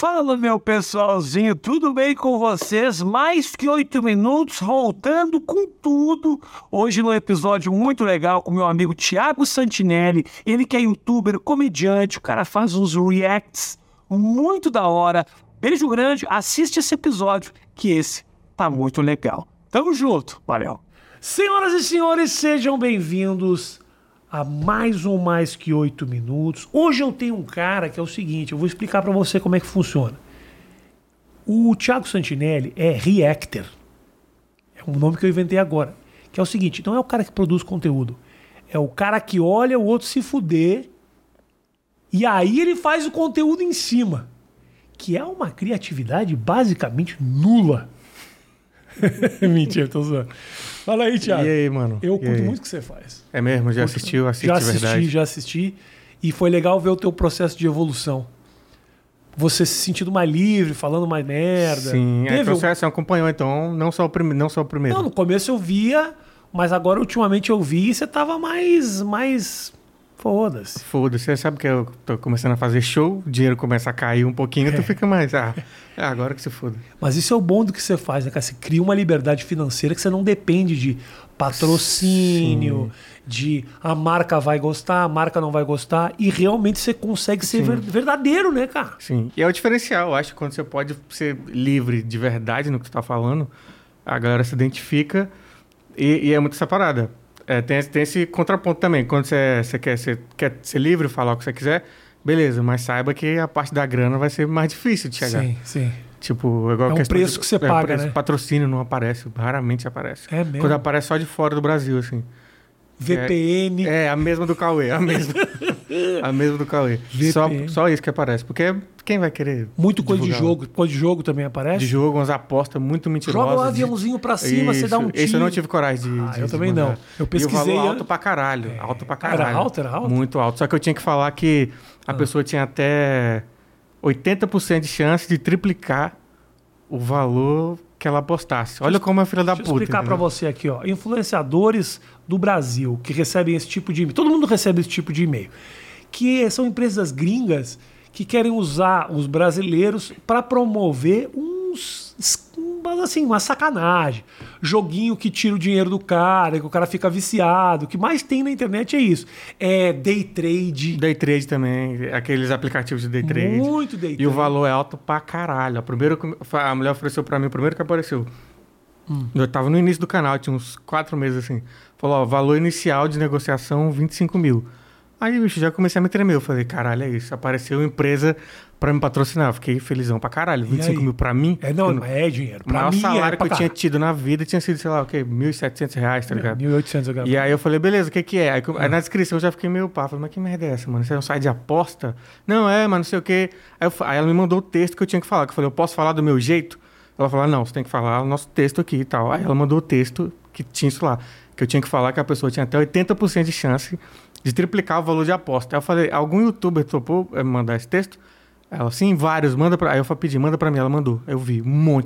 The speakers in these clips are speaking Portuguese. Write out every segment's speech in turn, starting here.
Fala, meu pessoalzinho, tudo bem com vocês? Mais que 8 minutos, voltando com tudo. Hoje no episódio muito legal com meu amigo Thiago Santinelli. Ele que é youtuber, comediante, o cara faz uns reacts muito da hora. Beijo grande, assiste esse episódio, que esse tá muito legal. Tamo junto, valeu. Senhoras e senhores, sejam bem-vindos a mais um Mais Que 8 Minutos. Hoje eu tenho um cara que é o seguinte, eu vou explicar pra você como é que funciona. O Thiago Santinelli é reactor. É um nome que eu inventei agora. Que é o seguinte, não é o cara que produz conteúdo. É o cara que olha o outro se fuder e aí ele faz o conteúdo em cima. Que é uma criatividade basicamente nula. Mentira, tô zoando. Fala aí, Thiago. E aí, mano? Eu curto muito o que você faz. É mesmo? Já assistiu? Já assisti. E foi legal ver o teu processo de evolução. Você se sentindo mais livre, falando mais merda. Sim, o processo acompanhou, então, não só o primeiro. Não, no começo eu via, mas agora ultimamente eu vi e você tava mais... Foda-se. Foda-se. Você sabe que eu tô começando a fazer show, o dinheiro começa a cair um pouquinho, tu fica mais... agora que se foda. Mas isso é o bom do que você faz, né, cara? Você cria uma liberdade financeira que você não depende de patrocínio, de a marca vai gostar, a marca não vai gostar, e realmente você consegue ser verdadeiro, né, cara? Sim. E é o diferencial, eu acho, quando você pode ser livre de verdade no que tu tá falando, a galera se identifica e é muito essa parada. Tem esse contraponto também. Quando você quer ser livre, falar o que você quiser, beleza, mas saiba que a parte da grana vai ser mais difícil de chegar. Sim. Tipo, igual é um preço que você paga, né? Patrocínio não aparece, raramente aparece. É mesmo? Quando aparece só de fora do Brasil, assim. VPN. A mesma do Cauê, a mesma. A mesma do Cauê. Só isso que aparece. Porque quem vai querer muito coisa de jogo. Coisa de jogo também aparece? De jogo, umas apostas muito mentirosas. Joga um aviãozinho pra cima, você dá um tiro. Esse eu não tive coragem de eu também não. Eu pesquisei. E o valor alto pra caralho. Alto pra caralho. Era alto? Muito alto. Só que eu tinha que falar que a pessoa tinha até 80% de chance de triplicar o valor que ela apostasse. Olha como é filha da puta. Deixa eu explicar pra você aqui, ó. Influenciadores do Brasil que recebem esse tipo de e-mail. Todo mundo recebe esse tipo de e-mail. Que são empresas gringas que querem usar os brasileiros para promover uma sacanagem. Joguinho que tira o dinheiro do cara, que o cara fica viciado. O que mais tem na internet é isso. É day trade. Day trade também. Aqueles aplicativos de day trade. Muito day trade. E o valor é alto pra caralho. A mulher ofereceu pra mim o primeiro que apareceu. Eu tava no início do canal, tinha uns 4 meses assim. Falou, valor inicial de negociação 25 mil. Aí, bicho, já comecei a me tremer. Eu falei, caralho, é isso. Apareceu empresa pra me patrocinar. Eu fiquei felizão pra caralho. 25 mil pra mim. É dinheiro. O maior salário que eu tinha tido na vida tinha sido, sei lá, o quê? R$1.700, tá ligado? 1.800. E aí eu falei, beleza, o que é? Aí na descrição eu já fiquei meio pá. Falei, mas que merda é essa, mano? Você é um site de aposta? Não, mas não sei o quê. Aí ela me mandou o texto que eu tinha que falar. Que eu falei, eu posso falar do meu jeito? Ela falou, não, você tem que falar o nosso texto aqui e tal. Aí ela mandou o texto que tinha isso lá. Que eu tinha que falar que a pessoa tinha até 80% de chance de triplicar o valor de aposta. Aí eu falei, algum youtuber topou mandar esse texto? Ela, sim, vários, manda pra... Aí eu pedi, manda pra mim, ela mandou. Aí eu vi um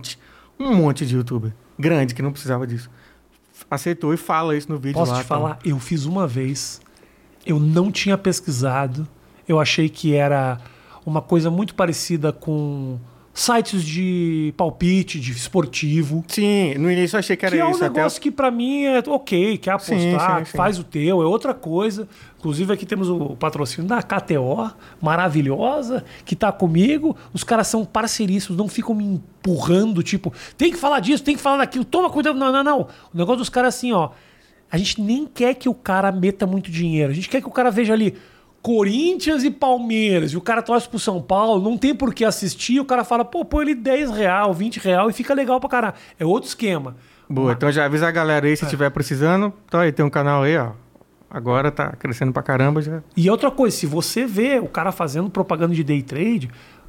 monte de youtuber grande que não precisava disso. Aceitou e fala isso no vídeo. Posso te falar? Eu fiz uma vez, eu não tinha pesquisado, eu achei que era uma coisa muito parecida com sites de palpite, de esportivo. Sim, no início eu achei que era isso. Que é um negócio que pra mim é ok, quer apostar, sim. Faz o teu, é outra coisa. Inclusive aqui temos o patrocínio da KTO, maravilhosa, que tá comigo. Os caras são parceiríssimos, não ficam me empurrando, tipo, tem que falar disso, tem que falar daquilo, toma cuidado. Não. O negócio dos caras assim, ó, a gente nem quer que o cara meta muito dinheiro, a gente quer que o cara veja ali Corinthians e Palmeiras, e o cara torce pro São Paulo, não tem por que assistir, o cara fala, põe ele R$10, R$20 e fica legal pra caralho. É outro esquema. Boa, então já avisa a galera aí, se tiver precisando, então aí tem um canal aí, ó. Agora tá crescendo pra caramba já. E outra coisa, se você vê o cara fazendo propaganda de day trade,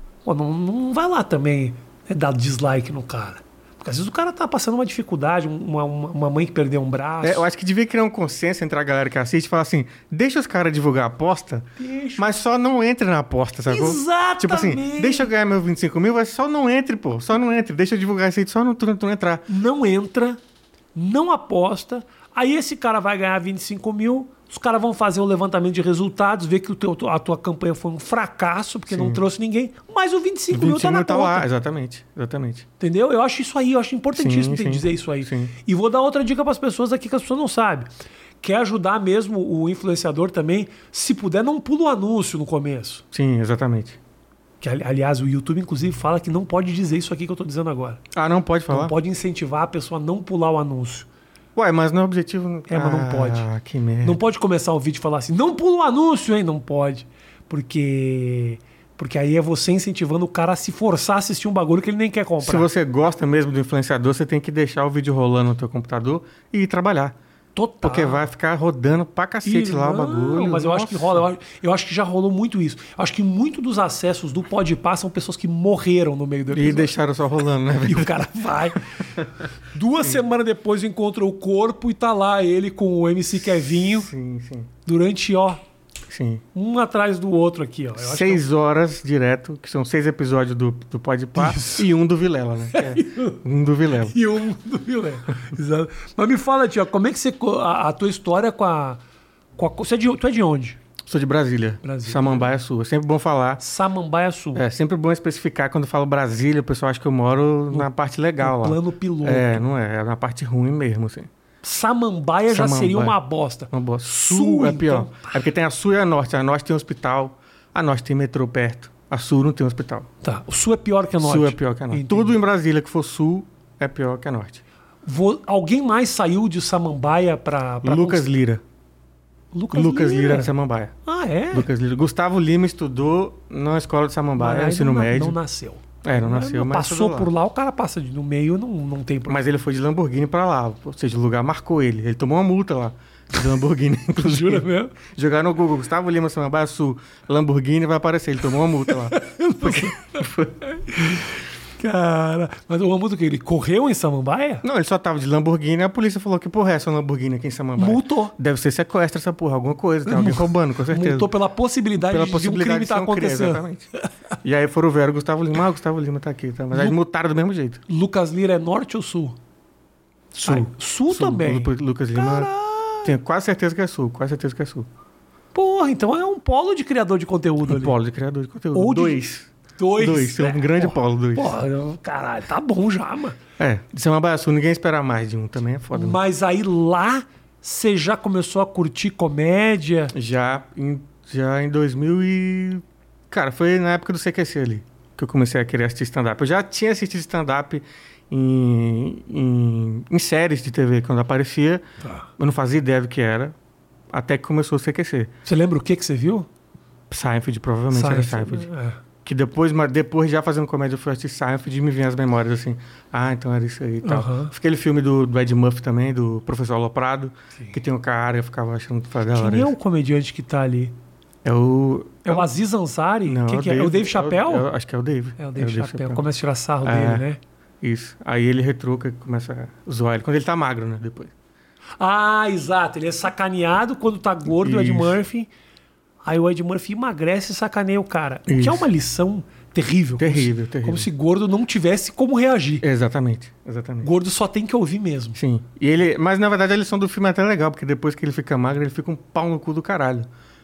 não vai lá também dar dislike no cara. Porque às vezes o cara tá passando uma dificuldade, uma mãe que perdeu um braço. Eu acho que devia criar um consenso entre a galera que assiste e falar assim, deixa os caras divulgar a aposta, mas só não entre na aposta, sacou? Exatamente. Tipo assim, deixa eu ganhar meus 25 mil, mas só não entre, pô. Só não entre. Deixa eu divulgar isso aí, só tu não entrar. Não entra, não aposta. Aí esse cara vai ganhar 25 mil, Os caras vão fazer o levantamento de resultados, ver que a tua campanha foi um fracasso, porque não trouxe ninguém, mas o 25 mil tá na conta. Lá, exatamente. Entendeu? Eu acho isso aí, eu acho importantíssimo dizer isso aí. Sim. E vou dar outra dica para as pessoas aqui que as pessoas não sabem. Quer ajudar mesmo o influenciador também, se puder, não pula o anúncio no começo. Sim, exatamente. Que, aliás, o YouTube, inclusive, fala que não pode dizer isso aqui que eu tô dizendo agora. Ah, não pode falar? Não pode incentivar a pessoa a não pular o anúncio. Ué, mas não é objetivo... Mas não pode. Ah, que merda. Não pode começar o vídeo e falar assim, não pula o anúncio, hein? Não pode. Porque aí é você incentivando o cara a se forçar a assistir um bagulho que ele nem quer comprar. Se você gosta mesmo do influenciador, você tem que deixar o vídeo rolando no teu computador e ir trabalhar. Total. Porque vai ficar rodando pra cacete lá o bagulho. Mas eu acho que rola. Eu acho que já rolou muito isso. Eu acho que muito dos acessos do Podpah são pessoas que morreram no meio do episódio. E deixaram só rolando, né? E o cara vai. 2 semanas depois encontra o corpo e tá lá ele com o MC Kevinho. Sim. Durante, Sim. um atrás do outro aqui, ó. 6 horas direto, que são 6 episódios do Podpah e um do Vilela, né? Um do Vilela. E um do Vilela. Exato. Mas me fala, tio, como é que você... A tua história com a... Tu é de onde? Sou de Brasília. Samambaia Sul. É sempre bom falar. Samambaia Sul. É sempre bom especificar. Quando eu falo Brasília, o pessoal acha que eu moro na parte legal lá. Plano piloto. Não é. É na parte ruim mesmo, assim. Samambaia já seria uma bosta. Uma bosta. Sul é pior. Então. É porque tem a Sul e a Norte. A Norte tem um hospital. A Norte tem metrô perto. A Sul não tem um hospital. Tá. O Sul é pior que a Norte. Sul é pior que a Norte. Entendi. Tudo em Brasília que for Sul é pior que a Norte. Alguém mais saiu de Samambaia pra Lucas Lira. Lucas Lira era de Samambaia. Ah, é? Lucas Lira. Gustavo Lima estudou na escola de Samambaia, ensino médio. Não nasceu. Não nasceu, mas passou por lá, o cara passa no meio, não tem problema. Mas ele foi de Lamborghini pra lá, ou seja, o lugar marcou ele. Ele tomou uma multa lá, de Lamborghini, inclusive. Jura mesmo? Jogar no Google, Gustavo Lima, Samambaia Sul, Lamborghini, vai aparecer. Ele tomou uma multa lá. Cara, mas o multa que ele correu em Samambaia? Não, ele só tava de Lamborghini, a polícia falou que porra é essa Lamborghini aqui em Samambaia? Multou. Deve ser sequestro essa porra, alguma coisa, tem alguém roubando, com certeza. Multou pela possibilidade de um crime estar acontecendo. Exatamente. E aí foram ver o Gustavo Lima, o Gustavo Lima tá aqui, tá? Mas aí multaram do mesmo jeito. Lucas Lira é norte ou sul? Sul também. Lucas Lima, caralho. Tenho quase certeza que é sul, Porra, então é um polo de criador de conteúdo ali. Polo de criador de conteúdo. Ou Dois, um grande polo, 2. Porra, caralho, tá bom já, mano. De Samambaia Sul, ninguém espera mais de um, também é foda. Mas aí lá, você já começou a curtir comédia? Já em 2000 e... Cara, foi na época do CQC ali, que eu comecei a querer assistir stand-up. Eu já tinha assistido stand-up em séries de TV, quando aparecia. Tá. Eu não fazia ideia do que era, até que começou o CQC. Você lembra o que você viu? Seinfeld, provavelmente era Seinfeld. Que depois já fazendo comédia, eu fui assistir Seinfeld e me vinha as memórias assim. Ah, então era isso aí e tal. Aquele filme do Ed Murphy também, do Professor Aloprado, que tem um cara, eu ficava achando que fazia hora. Quem é o comediante que tá ali? É o Aziz Ansari? Não, é o Dave Chappelle? Acho que é o Dave. É o Dave Chappelle. Começa a tirar sarro dele, né? Isso. Aí ele retruca e começa a zoar ele. Quando ele tá magro, né? Depois. Ah, exato. Ele é sacaneado quando tá gordo, o Ed Murphy. Aí o Ed Murphy emagrece e sacaneia o cara. O que é uma lição terrível. Terrível. Como se gordo não tivesse como reagir. Exatamente. Gordo só tem que ouvir mesmo. Sim. Mas na verdade a lição do filme é até legal, porque depois que ele fica magro, ele fica um pau no cu do caralho.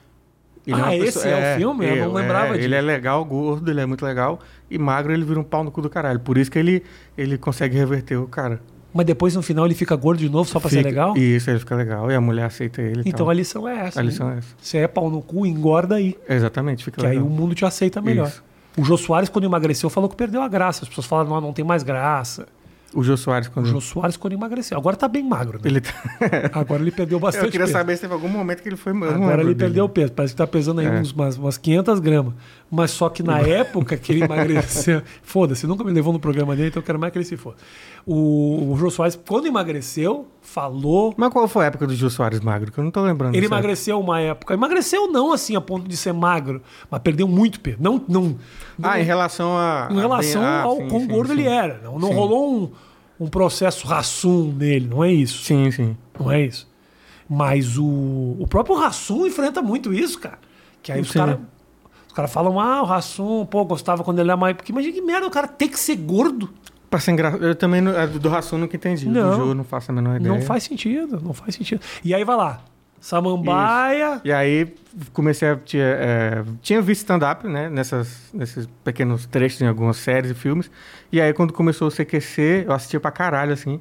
Esse é o filme? Eu não lembrava disso. Ele é legal, gordo, ele é muito legal. E magro ele vira um pau no cu do caralho. Por isso que ele consegue reverter o cara. Mas depois, no final, ele fica gordo de novo só pra ser legal? Isso, ele fica legal. E a mulher aceita ele. Então a lição é essa. A lição é essa. Você é pau no cu, engorda aí. Exatamente, fica legal. Que aí o mundo te aceita melhor. Isso. O Jô Soares, quando emagreceu, falou que perdeu a graça. As pessoas falaram, não tem mais graça. O Jô Soares quando emagreceu. Agora tá bem magro, né? Agora ele perdeu bastante peso. Eu queria saber se teve algum momento que ele foi magro. Agora ele perdeu o peso. Parece que tá pesando aí umas 500 gramas. Mas só que na época que ele emagreceu... Foda-se, nunca me levou no programa dele, então eu quero mais que ele se foda. O Jô Soares, quando emagreceu, falou... Mas qual foi a época do Jô Soares magro? Que eu não tô lembrando. Ele emagreceu uma época. Emagreceu não assim, a ponto de ser magro, mas perdeu muito peso. Não, em relação ao quão gordo ele era. Não rolou um processo Rassum nele, não é isso. Sim. Não é isso. Mas o próprio Rassum enfrenta muito isso, cara. Que aí os caras falam, o Rassum, gostava quando ele era mais... Porque imagina que merda, o cara tem que ser gordo. Pra ser engraçado. Eu também, do Rassum, nunca entendi. Do Jô, não faço a menor ideia. Não faz sentido. E aí vai lá. Samambaia. E aí comecei a... tinha visto stand-up, né? Nesses pequenos trechos em algumas séries e filmes. E aí quando começou o CQC, eu assistia pra caralho, assim.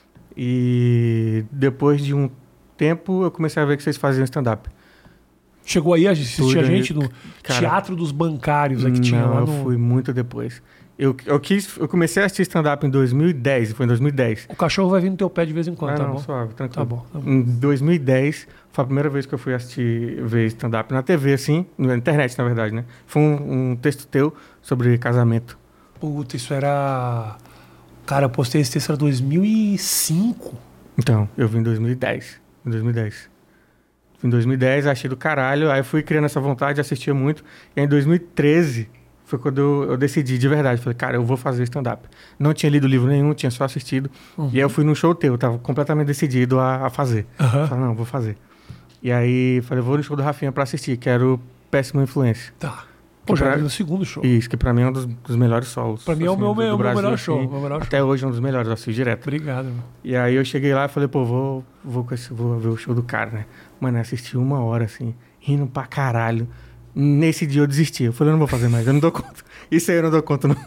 E depois de um tempo, eu comecei a ver que vocês faziam stand-up. Chegou aí a assistir a gente no Cara, Teatro dos Bancários que tinha lá no... eu fui muito depois. Eu comecei a assistir stand-up em 2010, foi em 2010. O cachorro vai vir no teu pé de vez em quando, tá bom? Suave, tranquilo. Tá bom. Em 2010, foi a primeira vez que eu fui ver stand-up na TV, assim, na internet, na verdade, né? Foi um texto teu sobre casamento. Puta, isso era... Cara, eu postei esse texto em 2005. Então, eu vim em 2010. Em 2010, achei do caralho, aí fui criando essa vontade, assistia muito. E aí, em 2013... foi quando eu decidi de verdade. Falei, cara, eu vou fazer stand-up. Não tinha lido livro nenhum, tinha só assistido. Uhum. E aí eu fui num show teu, tava completamente decidido a fazer. Uhum. Falei, não, vou fazer. E aí falei, vou no show do Rafinha pra assistir, que era o Péssima Influência. Tá. Pô, já no segundo show. Isso, que pra mim é um dos melhores solos. Pra mim é o meu Brasil, melhor assim, show. Meu melhor até show. hoje é um dos melhores, eu assisto direto. Obrigado, meu. E aí eu cheguei lá e falei, pô, vou ver o show do cara, né? Mano, eu assisti 1 hora, assim, rindo pra caralho. Nesse dia eu desisti. Eu falei, eu não vou fazer mais, eu não dou conta. Isso aí eu não dou conta, não.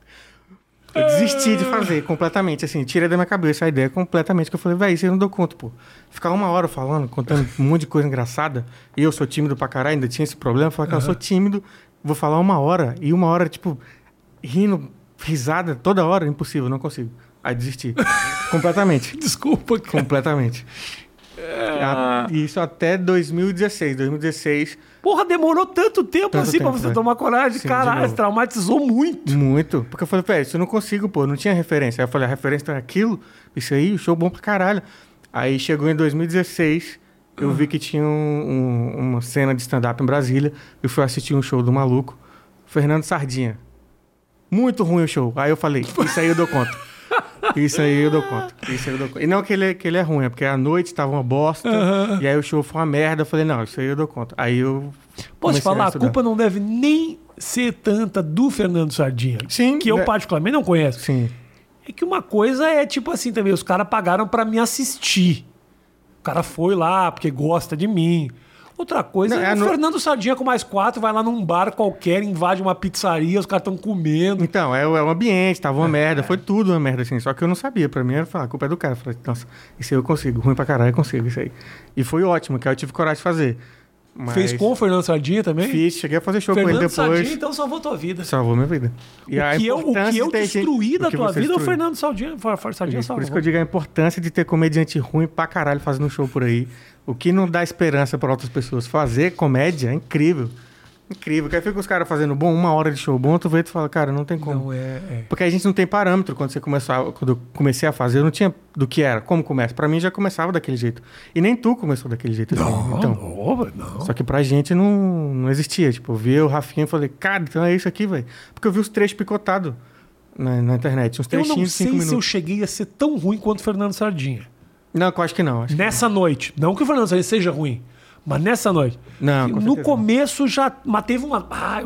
Eu desisti de fazer completamente, assim, tirei da minha cabeça a ideia completamente, que eu falei, velho, isso aí eu não dou conta, pô. Ficar 1 hora falando, contando um monte de coisa engraçada, e eu sou tímido pra caralho, ainda tinha esse problema, eu falei, cara, eu sou tímido, vou falar 1 hora, e 1 hora, tipo, rindo, risada toda hora, impossível, não consigo. Aí desisti. Completamente. Desculpa, cara. Completamente. Isso até 2016. 2016... Porra, demorou tanto tempo assim pra você tomar coragem. Sim, caralho, traumatizou muito. Muito. Porque eu falei, velho, isso eu não consigo, pô. Não tinha referência. Aí eu falei, a referência é aquilo, isso aí, show bom pra caralho. Aí chegou em 2016, eu vi que tinha uma cena de stand-up em Brasília. Eu fui assistir um show do maluco, Fernando Sardinha. Muito ruim o show. Aí eu falei, isso aí eu dou conta. Isso aí eu dou conta. E não que ele é ruim, é porque a noite tava uma bosta, e aí o show foi uma merda. Eu falei, não, isso aí eu dou conta. Aí eu... Posso falar, a culpa não deve nem ser tanta do Fernando Sardinha. Sim. Que eu particularmente não conheço. Sim. É que uma coisa é tipo assim também, os caras pagaram pra me assistir. O cara foi lá porque gosta de mim. Outra coisa é o Fernando Sardinha com mais 4, vai lá num bar qualquer, invade uma pizzaria, os caras estão comendo. Então, é o ambiente, tava uma merda, foi tudo uma merda, assim. Só que eu não sabia, pra mim era falar, a culpa é do cara. Eu falei, nossa, isso aí eu consigo, ruim pra caralho, eu consigo isso aí. E foi ótimo, que aí eu tive coragem de fazer. Mas... Fez com o Fernando Sardinha também? Fiz, cheguei a fazer show com ele depois. Fernando Sardinha, então salvou tua vida. Salvou minha vida. O que eu destruí da tua vida, o Fernando Sardinha salvou. Por isso que eu digo a importância de ter comediante ruim pra caralho fazendo show por aí. O que não dá esperança pra outras pessoas. Fazer comédia é incrível. Incrível. Aí fica os caras fazendo bom, 1 hora de show bom, tu vê e tu fala, cara, não tem como. Não é. Porque a gente não tem parâmetro. Quando eu comecei a fazer, eu não tinha do que era, como começa. Pra mim já começava daquele jeito. E nem tu começou daquele jeito. Não, assim. Então, não. só que pra gente não existia. Tipo, eu vi o Rafinha e falei, cara, então é isso aqui, velho. Porque eu vi os trechos picotados na internet. Uns trechinhos de 5 minutos. Eu não sei se eu cheguei a ser tão ruim quanto o Fernando Sardinha. Não, eu acho que não. Nessa noite. Não que o Fernando Sardinha seja ruim. Mas nessa noite. Não, no começo já. Mas teve uma.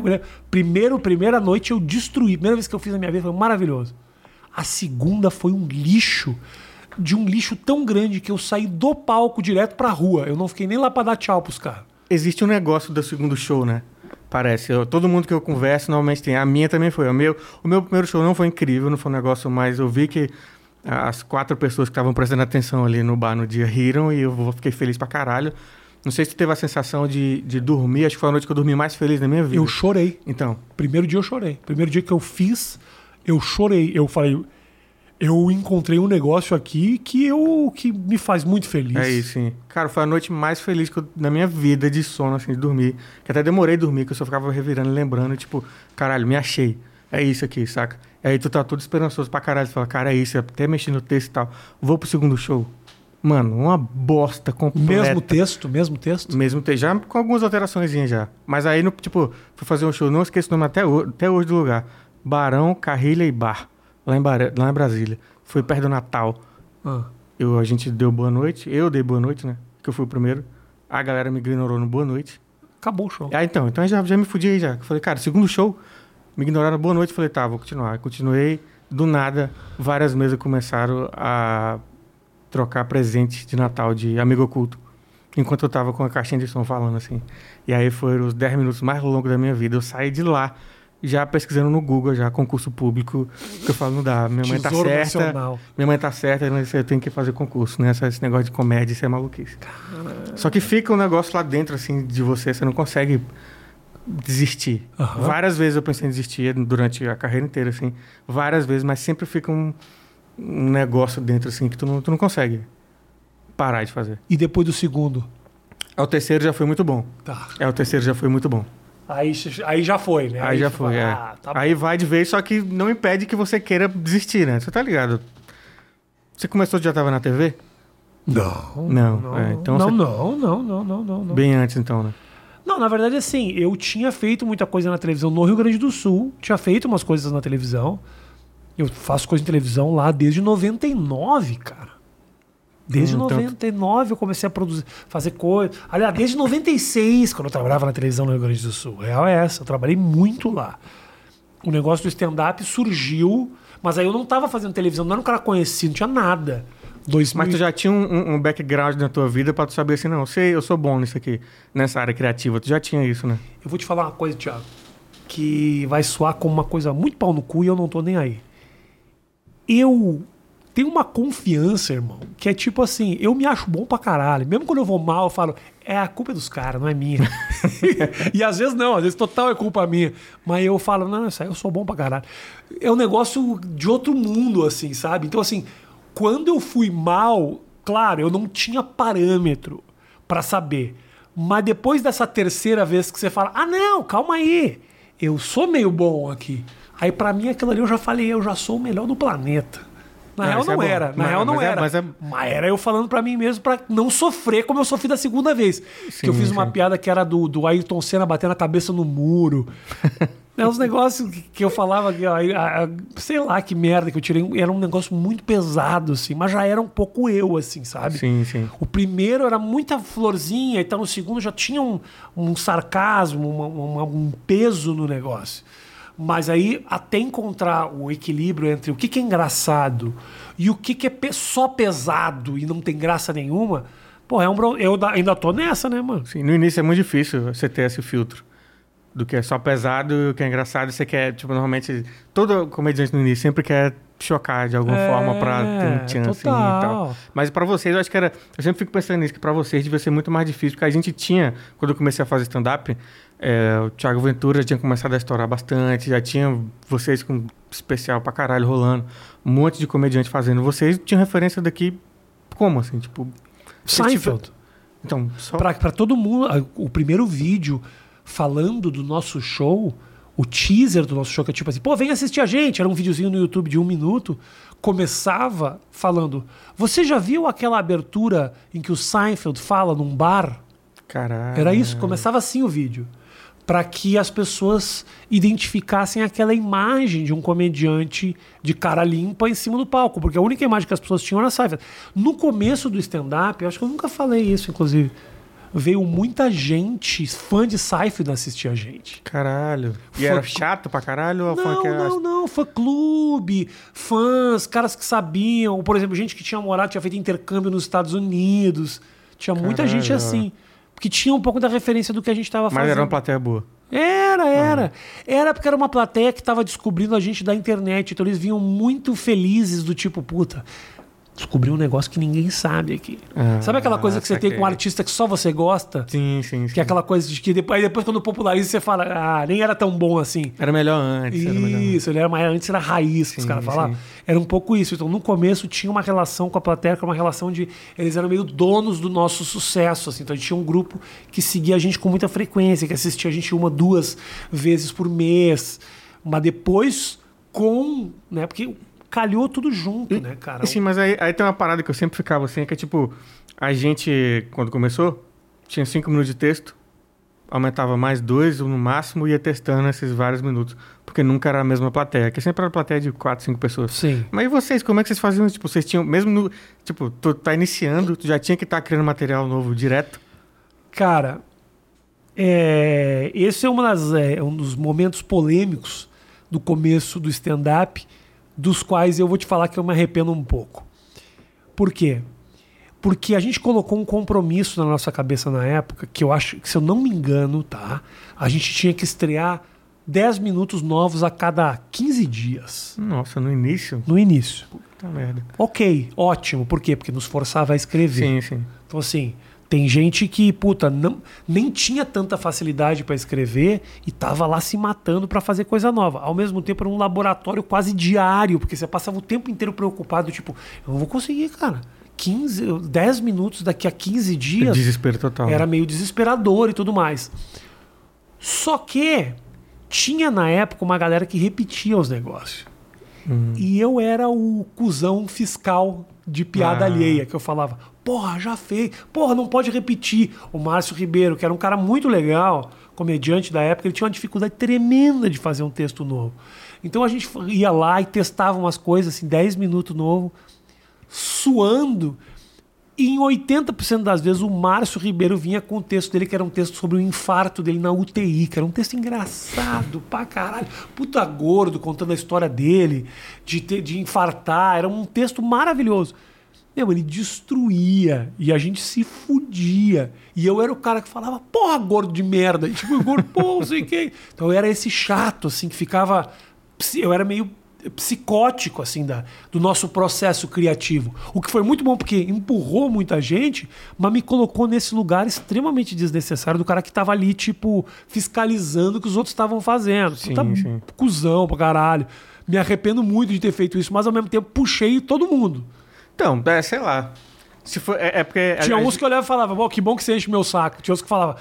Primeira noite eu destruí. Primeira vez que eu fiz na minha vida foi maravilhoso. A segunda foi um lixo. De um lixo tão grande que eu saí do palco direto pra rua. Eu não fiquei nem lá pra dar tchau pros caras. Existe um negócio do segundo show, né? Parece. Todo mundo que eu converso normalmente tem. A minha também foi. O meu primeiro show não foi incrível, não foi um negócio, mas eu vi que as 4 pessoas que estavam prestando atenção ali no bar no dia riram e eu fiquei feliz pra caralho. Não sei se tu teve a sensação de dormir. Acho que foi a noite que eu dormi mais feliz na minha vida. Eu chorei. Então. Primeiro dia eu chorei. Primeiro dia que eu fiz, eu chorei. Eu falei, eu encontrei um negócio aqui que me faz muito feliz. É isso, sim. Cara, foi a noite mais feliz na minha vida de sono, assim, de dormir. Que até demorei a dormir, que eu só ficava revirando e lembrando, tipo, caralho, me achei. É isso aqui, saca? E aí tu tá todo esperançoso pra caralho. Tu fala, cara, é isso. Até mexendo no texto e tal. Vou pro segundo show. Mano, uma bosta completa. Mesmo texto? Mesmo texto, já com algumas alteraçõezinhas já. Mas aí, fui fazer um show, não esqueço o nome até hoje do lugar. Barão, Carrilha e Bar, lá em Brasília. Foi perto do Natal. A gente deu boa noite, eu dei boa noite, né? Que eu fui o primeiro. A galera me ignorou no boa noite. Acabou o show. Então já me fudi aí já. Eu falei, cara, segundo show, me ignoraram boa noite. Eu falei, tá, vou continuar. Continuei, do nada, várias mesas começaram a trocar presente de Natal de amigo oculto. enquanto eu tava com a caixinha de som falando, assim. E aí foram os 10 minutos mais longos da minha vida. Eu saí de lá, já pesquisando no Google, já concurso público, que eu falo, não dá, minha mãe tá Tesouro certa, Nacional. minha mãe tá certa, eu tenho que fazer concurso, né? Esse negócio de comédia, isso é maluquice. Só que fica um negócio lá dentro, assim, de você não consegue desistir. Várias vezes eu pensei em desistir durante a carreira inteira, assim, várias vezes, mas sempre fica um negócio dentro, assim, que tu não consegue parar de fazer. E depois do segundo? O terceiro já foi muito bom. Tá. O terceiro já foi muito bom. Aí já foi, né? Aí já foi, fala, tá aí vai de vez, só que não impede que você queira desistir, né? Você tá ligado? Você começou, já tava na TV? Não. Então Não. Bem antes, então, né? Não, na verdade, assim, eu tinha feito muita coisa na televisão no Rio Grande do Sul, tinha feito umas coisas na televisão. Eu faço coisa em televisão lá desde 99, cara. Desde 99 eu comecei a fazer coisa. Aliás, desde 96, quando eu trabalhava na televisão no Rio Grande do Sul. A real é essa, eu trabalhei muito lá. O negócio do stand-up surgiu, mas aí eu não tava fazendo televisão, não era um cara conhecido, não tinha nada. Mas tu já tinha um background na tua vida pra tu saber assim, não, eu sou bom nisso aqui, nessa área criativa. Tu já tinha isso, né? Eu vou te falar uma coisa, Thiago, que vai soar como uma coisa muito pau no cu e eu não tô nem aí. Eu tenho uma confiança, irmão, que é tipo assim, eu me acho bom pra caralho. Mesmo quando eu vou mal, eu falo, a culpa é dos caras, não é minha. E às vezes não, às vezes total é culpa minha. Mas eu falo, não, isso aí eu sou bom pra caralho. É um negócio de outro mundo, assim, sabe? Então, assim, quando eu fui mal, claro, eu não tinha parâmetro pra saber. Mas depois dessa terceira vez que você fala, não, calma aí, eu sou meio bom aqui. Aí pra mim aquilo ali eu já falei, eu já sou o melhor do planeta. Na real não era, Mas era eu falando pra mim mesmo pra não sofrer como eu sofri da segunda vez. Sim, que eu fiz uma piada que era do Ayrton Senna batendo a cabeça no muro. Uns negócios que eu falava, sei lá que merda que eu tirei, era um negócio muito pesado, assim, mas já era um pouco eu, assim, sabe? Sim. O primeiro era muita florzinha, então o segundo já tinha um sarcasmo, um peso no negócio. Mas aí, até encontrar o equilíbrio entre o que é engraçado e o que é só pesado e não tem graça nenhuma, pô, eu ainda tô nessa, né, mano? Sim, no início é muito difícil você ter esse filtro do que é só pesado e o que é engraçado. Você quer, tipo, normalmente, todo comediante no início sempre quer chocar de alguma forma pra ter um chance e tal. Mas pra vocês, eu acho que eu sempre fico pensando nisso, que pra vocês devia ser muito mais difícil, porque a gente tinha, quando eu comecei a fazer stand-up, o Thiago Ventura já tinha começado a estourar bastante, já tinha vocês com especial pra caralho rolando, um monte de comediante fazendo. Vocês tinham referência daqui como, assim, tipo... Seinfeld. Então, só... Pra todo mundo, o primeiro vídeo falando do nosso show, o teaser do nosso show, que é tipo assim, pô, vem assistir a gente, era um videozinho no YouTube de 1 minuto, começava falando, você já viu aquela abertura em que o Seinfeld fala num bar? Caralho. Era isso, começava assim o vídeo. Para que as pessoas identificassem aquela imagem de um comediante de cara limpa em cima do palco. Porque a única imagem que as pessoas tinham era Seinfeld. No começo do stand-up, eu acho que eu nunca falei isso, inclusive, veio muita gente, fã de Seinfeld, assistir a gente. Caralho. E era chato pra caralho? Ou não. Fã-clube, fãs, caras que sabiam. Por exemplo, gente que tinha morado, tinha feito intercâmbio nos Estados Unidos. Tinha muita gente assim. Porque tinha um pouco da referência do que a gente estava fazendo. Mas era uma plateia boa. Era. Era porque era uma plateia que estava descobrindo a gente da internet. Então eles vinham muito felizes do tipo, puta, descobri um negócio que ninguém sabe aqui. Sabe aquela coisa que você tem com um artista que só você gosta? Sim. Que é aquela coisa de que depois quando populariza você fala, nem era tão bom assim. Era melhor antes. Isso, ele era mais antes, era raiz que os caras falavam. Era um pouco isso. Então no começo tinha uma relação com a plateia, que era uma relação de... Eles eram meio donos do nosso sucesso, assim. Então a gente tinha um grupo que seguia a gente com muita frequência, que assistia a gente 1, 2 vezes por mês. Mas depois né? Porque calhou tudo junto, né, cara? Sim, mas aí tem uma parada que eu sempre ficava assim, que é tipo, a gente, quando começou, tinha 5 minutos de texto, aumentava mais 2 no máximo e ia testando esses vários minutos, porque nunca era a mesma plateia, que sempre era plateia de 4, 5 pessoas. Sim. Mas e vocês, como é que vocês faziam? Tipo, vocês tinham, mesmo no, tipo, tu tá iniciando, tu já tinha que estar criando material novo direto? Cara, esse é um dos momentos polêmicos do começo do stand-up, dos quais eu vou te falar que eu me arrependo um pouco. Por quê? Porque a gente colocou um compromisso na nossa cabeça na época, que eu acho que, se eu não me engano, tá? A gente tinha que estrear 10 minutos novos a cada 15 dias. Nossa, no início? No início. Puta merda. Ok, ótimo. Por quê? Porque nos forçava a escrever. Sim, sim. Então, assim, tem gente que, puta, nem tinha tanta facilidade para escrever e tava lá se matando para fazer coisa nova. Ao mesmo tempo, era um laboratório quase diário, porque você passava o tempo inteiro preocupado, tipo, eu não vou conseguir, cara. 10 minutos daqui a 15 dias. Desespero total. Era meio desesperador e tudo mais. Só que tinha na época uma galera que repetia os negócios. E eu era o cuzão fiscal de piada alheia, que eu falava, porra, já fez, porra, não pode repetir. O Márcio Ribeiro, que era um cara muito legal, comediante da época, ele tinha uma dificuldade tremenda de fazer um texto novo. Então a gente ia lá e testava umas coisas, assim, 10 minutos novo, suando, e em 80% das vezes o Márcio Ribeiro vinha com o texto dele, que era um texto sobre o infarto dele na UTI, que era um texto engraçado pra caralho, puta gordo, contando a história dele, de infartar, era um texto maravilhoso. Meu, ele destruía e a gente se fudia. E eu era o cara que falava, porra, gordo de merda. E tipo, gordo, pô, não sei o que. Então eu era esse chato, assim, que ficava... Eu era meio psicótico, assim, do nosso processo criativo. O que foi muito bom, porque empurrou muita gente, mas me colocou nesse lugar extremamente desnecessário do cara que tava ali, tipo, fiscalizando o que os outros estavam fazendo. Sim, Puta, sim. cuzão pra caralho. Me arrependo muito de ter feito isso, mas ao mesmo tempo puxei todo mundo. Então, sei lá. Se for, porque... Tinha uns que olhavam e falavam, que bom que você enche meu saco. Tinha uns que falavam,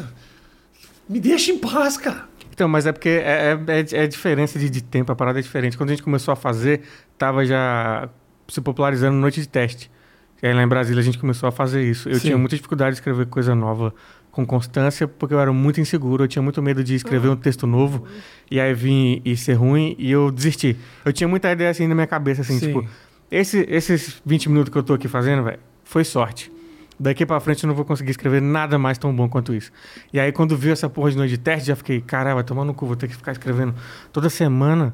me deixa em paz, cara. Então, mas é porque é diferença de tempo, a parada é diferente. Quando a gente começou a fazer, tava já se popularizando noite de teste. E aí lá em Brasília a gente começou a fazer isso. Eu tinha muita dificuldade de escrever coisa nova com constância, porque eu era muito inseguro, eu tinha muito medo de escrever um texto novo, e aí vir e ser ruim, e eu desisti. Eu tinha muita ideia assim na minha cabeça, assim, tipo... Esses 20 minutos que eu tô aqui fazendo, velho, foi sorte. Daqui pra frente eu não vou conseguir escrever nada mais tão bom quanto isso. E aí quando viu essa porra de noite de teste, já fiquei, caralho, vai tomar no cu, vou ter que ficar escrevendo toda semana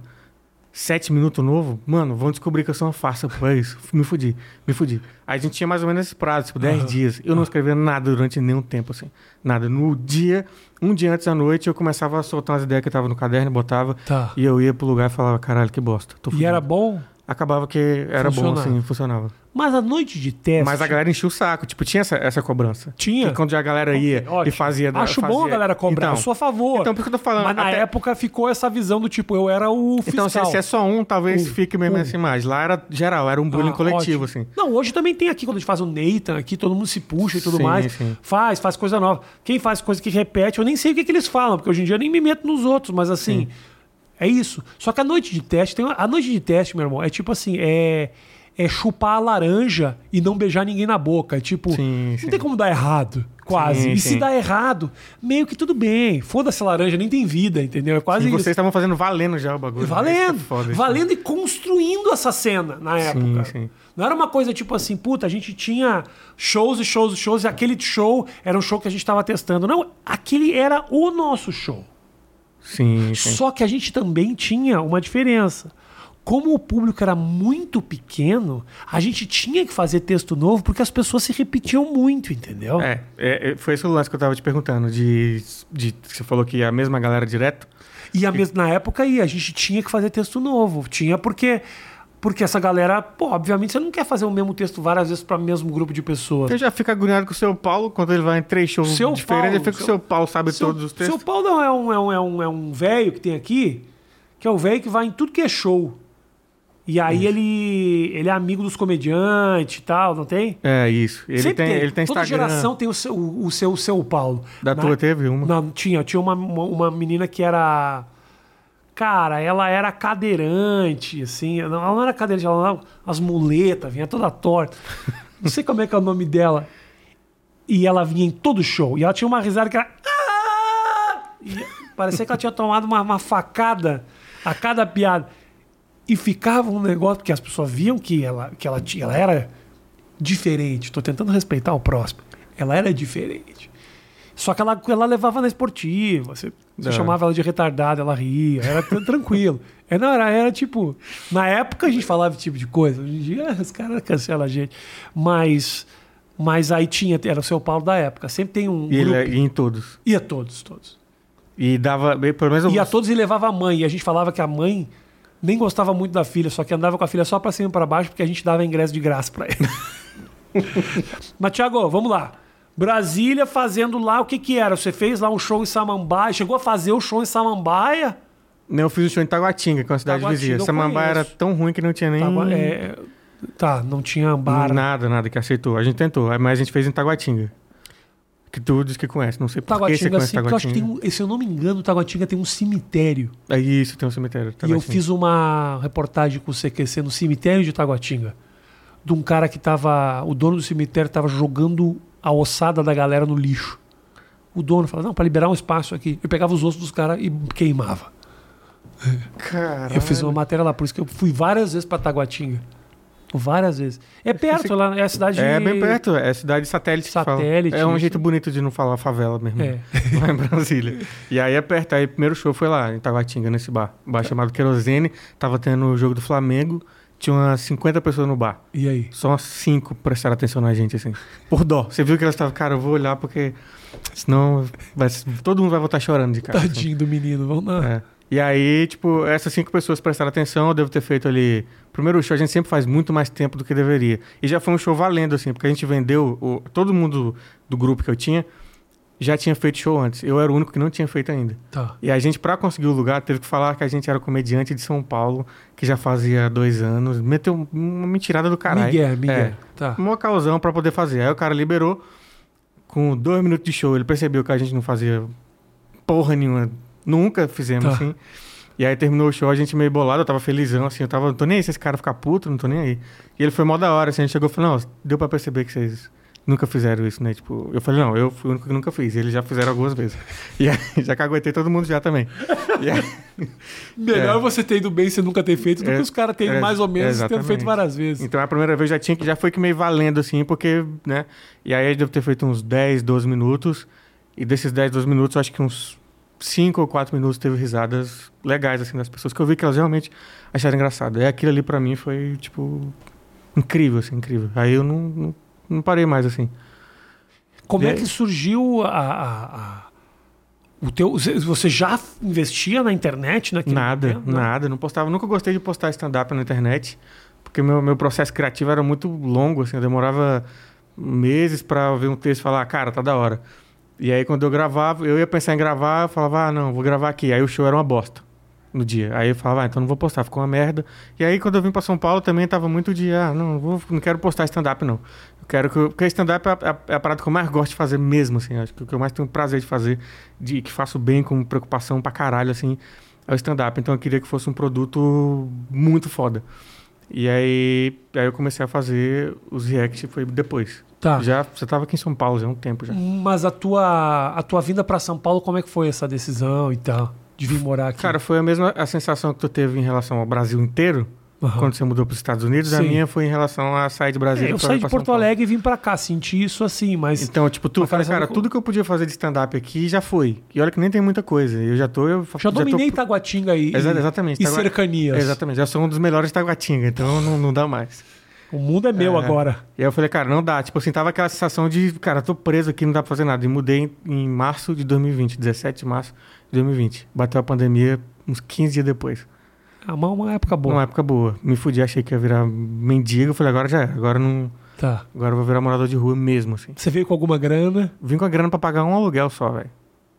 7 minutos novo. Mano, vão descobrir que eu sou uma farsa, pô, é isso. Me fudi. Aí a gente tinha mais ou menos esse prazo, tipo, 10 dias. Eu não escrevia nada durante nenhum tempo, assim. Nada. Um dia antes da noite, eu começava a soltar umas ideias que eu tava no caderno, botava, e eu ia pro lugar e falava, caralho, que bosta. Tô fudido. E era bom? Acabava que era bom, assim, funcionava. Mas a noite de teste... Mas a galera enchia o saco, tipo, tinha essa cobrança. Tinha. E quando a galera ia e fazia... Acho bom a galera cobrar, eu sou a favor. Então, por isso que eu tô falando... Mas na época ficou essa visão do tipo, eu era o fiscal. Então, se é só um, talvez fique mesmo essa imagem. Lá era geral, era um bullying coletivo, assim. Não, hoje também tem aqui, quando a gente faz o Nathan, aqui todo mundo se puxa e tudo mais. Sim. Faz coisa nova. Quem faz coisa que repete, eu nem sei o que eles falam, porque hoje em dia eu nem me meto nos outros, mas assim... É isso. Só que a noite de teste, a noite de teste, meu irmão, é tipo assim, é chupar a laranja e não beijar ninguém na boca. É tipo, não tem como dar errado, quase. E se dá errado, meio que tudo bem. Foda-se a laranja, nem tem vida, entendeu? É quase isso. E vocês estavam fazendo valendo já o bagulho. Valendo. Foda, valendo e construindo essa cena na época. Sim. Não era uma coisa tipo assim, puta, a gente tinha shows e aquele show era um show que a gente estava testando. Não, aquele era o nosso show. Sim. Só que a gente também tinha uma diferença. Como o público era muito pequeno, a gente tinha que fazer texto novo porque as pessoas se repetiam muito, entendeu? Foi esse o lance que eu tava te perguntando, você falou que a mesma galera direto? Na época a gente tinha que fazer texto novo. Tinha porque essa galera, pô, obviamente você não quer fazer o mesmo texo várias vezes para o mesmo grupo de pessoas. Eu já fico agoniado com o seu Paulo, quando ele vai em 3 shows diferentes, eu fico com o seu Paulo, sabe todos os textos. Seu Paulo não é um velho que tem aqui, que é o velho que vai em tudo que é show. E aí ele é amigo dos comediantes e tal, não tem? É, isso. Ele tem Instagram. Toda geração tem o seu Paulo. Da tua teve uma? Não, tinha uma menina que era... Cara, ela era cadeirante, assim. Ela não era cadeirante, ela era as muletas, vinha toda torta. Não sei como é que é o nome dela. E ela vinha em todo show. E ela tinha uma risada que era... E parecia que ela tinha tomado uma facada a cada piada. E ficava um negócio, porque as pessoas viam que ela era diferente. Estou tentando respeitar o próximo. Ela era diferente. Só que ela levava na esportiva. Você chamava ela de retardada, ela ria. Era tranquilo. Era tipo... Na época a gente falava esse tipo de coisa. Hoje em dia os caras cancelam a gente. Mas Mas aí era o São Paulo da época. Sempre tem um E grupo. ele ia em todos. Ia todos. E dava, pelo menos... Ia todos e levava a mãe. E a gente falava que a mãe nem gostava muito da filha, só que andava com a filha só pra cima e pra baixo, porque a gente dava ingresso de graça pra ele. Mas, Thiago, vamos lá. Brasília fazendo lá, o que que era? Você fez lá um show em Samambaia, chegou a fazer o show em Samambaia? Não, eu fiz um show em Taguatinga, que é uma cidade vizinha. Samambaia era tão ruim que não tinha nem... não tinha bar. Nada que aceitou. A gente tentou, mas a gente fez em Taguatinga. Que tu diz que conhece. Não sei por que você conhece Taguatinga. Eu acho que se eu não me engano, Taguatinga tem um cemitério. É isso, tem um cemitério. E eu fiz uma reportagem com o CQC no cemitério de Taguatinga. De um cara que tava... O dono do cemitério tava jogando a ossada da galera no lixo. O dono falava, não, pra liberar um espaço aqui. Eu pegava os ossos dos caras e queimava. Caralho. Eu fiz uma matéria lá, por isso que eu fui várias vezes pra Taguatinga. Várias vezes. É perto lá, é a cidade... É bem perto, é a cidade satélite. Satélite. É um jeito bonito de não falar favela mesmo. Lá em Brasília. E aí é perto, aí o primeiro show foi lá, em Taguatinga, nesse bar. Um bar chamado Querosene, tava tendo o jogo do Flamengo, tinha umas 50 pessoas no bar. E aí? Só umas 5 prestaram atenção na gente, assim. Por dó. Você viu que elas estavam, cara, eu vou olhar porque senão todo mundo vai voltar chorando de cara. Tadinho do menino, vamos lá. É. E aí, tipo, essas 5 pessoas prestaram atenção, eu devo ter feito ali... Primeiro show a gente sempre faz muito mais tempo do que deveria. E já foi um show valendo, assim, porque a gente vendeu... Todo mundo do grupo que eu tinha já tinha feito show antes. Eu era o único que não tinha feito ainda. Tá. E a gente, pra conseguir o lugar, teve que falar que a gente era comediante de São Paulo, que já fazia 2 anos. Meteu uma mentirada do caralho. Miguel. Tá. Um causão pra poder fazer. Aí o cara liberou. Com 2 minutos de show, ele percebeu que a gente não fazia porra nenhuma. Nunca fizemos, assim. E aí terminou o show, a gente meio bolado, eu tava felizão, assim, não tô nem aí se esse cara ficar puto, não tô nem aí. E ele foi mó da hora, assim, a gente chegou e falou, não, deu pra perceber que vocês nunca fizeram isso, né? Tipo, eu falei, não, eu fui o único que nunca fiz, e eles já fizeram algumas vezes. E aí, já caguetei todo mundo já também. E aí, melhor você ter ido bem sem nunca ter feito do que os caras terem mais ou menos tendo feito várias vezes. Então a primeira vez já foi que meio valendo, assim, porque, né? E aí eu devo ter feito uns 10, 12 minutos, e desses 10, 12 minutos, eu acho que uns 5 ou 4 minutos teve risadas legais, assim, das pessoas, que eu vi que elas realmente acharam engraçado. E aquilo ali pra mim foi, tipo, incrível, assim, incrível. Aí eu não parei mais, assim. Como é que surgiu o teu... Você já investia na internet naquele momento? Nada. Não postava. Nunca gostei de postar stand-up na internet, porque meu processo criativo era muito longo, assim, eu demorava meses pra ver um texto e falar, cara, tá da hora. E aí, quando eu gravava, eu ia pensar em gravar, eu falava, não, vou gravar aqui. Aí o show era uma bosta no dia. Aí eu falava, então não vou postar, ficou uma merda. E aí, quando eu vim pra São Paulo, também tava muito de, não quero postar stand-up, não. Porque stand-up é a parada que eu mais gosto de fazer mesmo, assim. Acho que o que eu mais tenho prazer de fazer, que faço bem, com preocupação pra caralho, assim, é o stand-up. Então eu queria que fosse um produto muito foda. E aí eu comecei a fazer os reacts, foi depois. Tá. Você estava aqui em São Paulo já há um tempo já. Mas a tua vinda para São Paulo, como é que foi essa decisão e tal? De vir morar aqui? Cara, foi a mesma sensação que tu teve em relação ao Brasil inteiro, quando você mudou para os Estados Unidos. Sim. A minha foi em relação a sair de Brasília. Eu saí de Porto Alegre e vim para cá, senti isso assim, mas... Então, tipo, falei, cara, tudo que eu podia fazer de stand-up aqui já foi. E olha que nem tem muita coisa. Eu já dominei Taguatinga exatamente, e cercanias. Exatamente, já sou um dos melhores Taguatinga, então não dá mais. O mundo é meu agora. E aí eu falei, cara, não dá. Tipo assim, tava aquela sensação de, cara, tô preso aqui, não dá pra fazer nada. E mudei em março de 2020, 17 de março de 2020. Bateu a pandemia uns 15 dias depois. Uma época boa. Uma época boa. Me fudi, achei que ia virar mendigo. Eu falei, agora já é. Agora não... Tá. Agora eu vou virar morador de rua mesmo, assim. Você veio com alguma grana? Vim com a grana pra pagar um aluguel só, velho.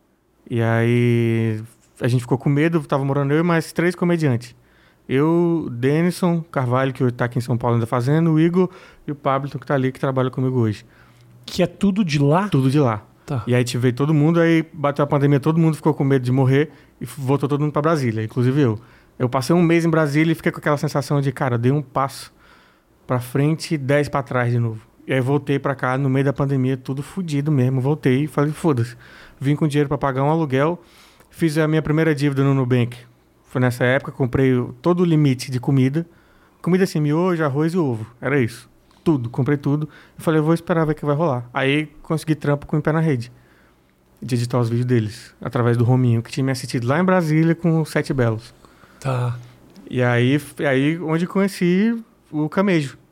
E aí a gente ficou com medo, tava morando eu e mais 3 comediantes. Eu, Denison Carvalho, que tá aqui em São Paulo ainda fazendo, o Igor e o Pablo, que tá ali, que trabalha comigo hoje. Que é tudo de lá? Tudo de lá. Tá. E aí veio todo mundo, aí bateu a pandemia, todo mundo ficou com medo de morrer e voltou todo mundo pra Brasília, inclusive eu. Eu passei um mês em Brasília e fiquei com aquela sensação de, cara, eu dei um passo pra frente e 10 pra trás de novo. E aí voltei pra cá, no meio da pandemia, tudo fodido mesmo. Voltei e falei, foda-se. Vim com dinheiro pra pagar um aluguel, fiz a minha primeira dívida no Nubank. Foi nessa época, comprei todo o limite de comida. Comida assim, miojo, arroz e ovo. Era isso. Tudo, comprei tudo. Eu falei, eu vou esperar ver o que vai rolar. Aí consegui trampo com o Pé na Rede. De editar os vídeos deles. Através do Rominho, que tinha me assistido lá em Brasília com 7 Belos. Tá. E aí onde conheci o Camejo.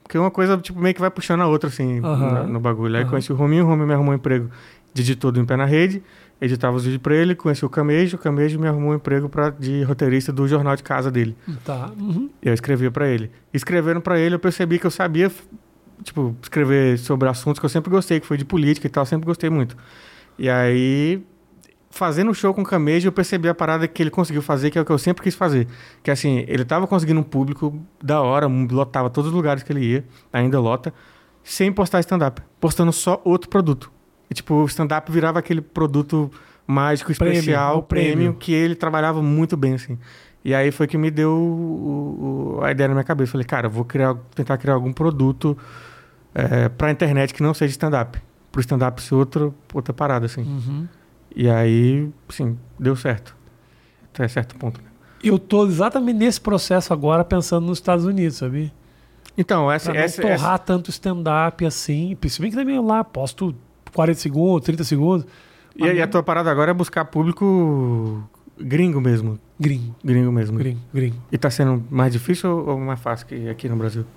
Porque uma coisa, tipo, meio que vai puxando a outra, assim, no bagulho. Aí conheci o Rominho me arrumou um emprego de editor do Em Pé na Rede, editava os vídeos pra ele, conheci o Camejo me arrumou um emprego de roteirista do jornal de casa dele. Tá. Eu escrevia pra ele. Escrevendo pra ele, eu percebi que eu sabia, tipo, escrever sobre assuntos que eu sempre gostei, que foi de política e tal, eu sempre gostei muito. E aí, fazendo o show com o Camejo, eu percebi a parada que ele conseguiu fazer, que é o que eu sempre quis fazer. Que assim, ele tava conseguindo um público da hora, lotava todos os lugares que ele ia, ainda lota, sem postar stand-up, postando só outro produto. E tipo, o stand-up virava aquele produto mágico, especial, prêmio, que ele trabalhava muito bem, assim. E aí foi que me deu a ideia na minha cabeça. Falei, cara, eu vou tentar criar algum produto pra internet que não seja stand-up. Pro stand-up ser outra parada, assim. E aí, sim, deu certo. Até certo ponto. Eu tô exatamente nesse processo agora, pensando nos Estados Unidos, sabe? Então, pra não torrar tanto stand-up assim. Se bem que também lá posto 40 segundos, 30 segundos. E a tua parada agora é buscar público gringo mesmo? Gringo mesmo. Gringo. E tá sendo mais difícil ou mais fácil que aqui no Brasil?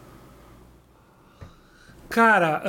Cara,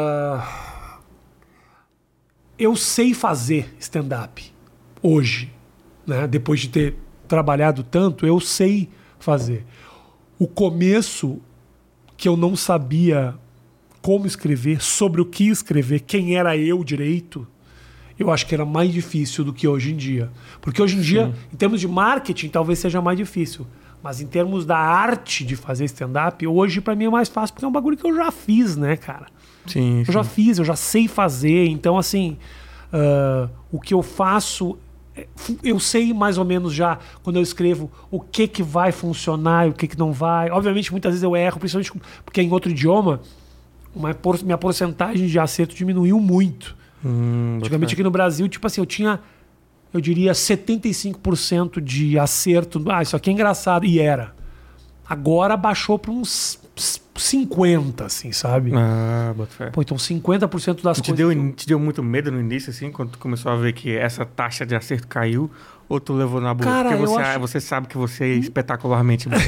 eu sei fazer stand-up hoje, né? Depois de ter trabalhado tanto, eu sei fazer. O começo, que eu não sabia como escrever, sobre o que escrever, quem era eu direito, eu acho que era mais difícil do que hoje em dia. Porque hoje em dia, em termos de marketing, talvez seja mais difícil. Mas em termos da arte de fazer stand-up, hoje pra mim é mais fácil, porque é um bagulho que eu já fiz, né, cara? Sim. Já fiz, eu já sei fazer. Então, assim, o que eu faço, eu sei mais ou menos já, quando eu escrevo, o que vai funcionar e o que não vai. Obviamente, muitas vezes eu erro, principalmente porque em outro idioma, minha porcentagem de acerto diminuiu muito. Antigamente aqui no Brasil, tipo assim, eu tinha, eu diria, 75% de acerto. Isso aqui é engraçado. E era. Agora baixou para uns 50, assim, sabe? Bota fé. Pô, então 50% das coisas... Te deu muito medo no início, assim, quando tu começou a ver que essa taxa de acerto caiu? Ou tu levou na boa? Cara, porque você sabe que você é espetacularmente bom.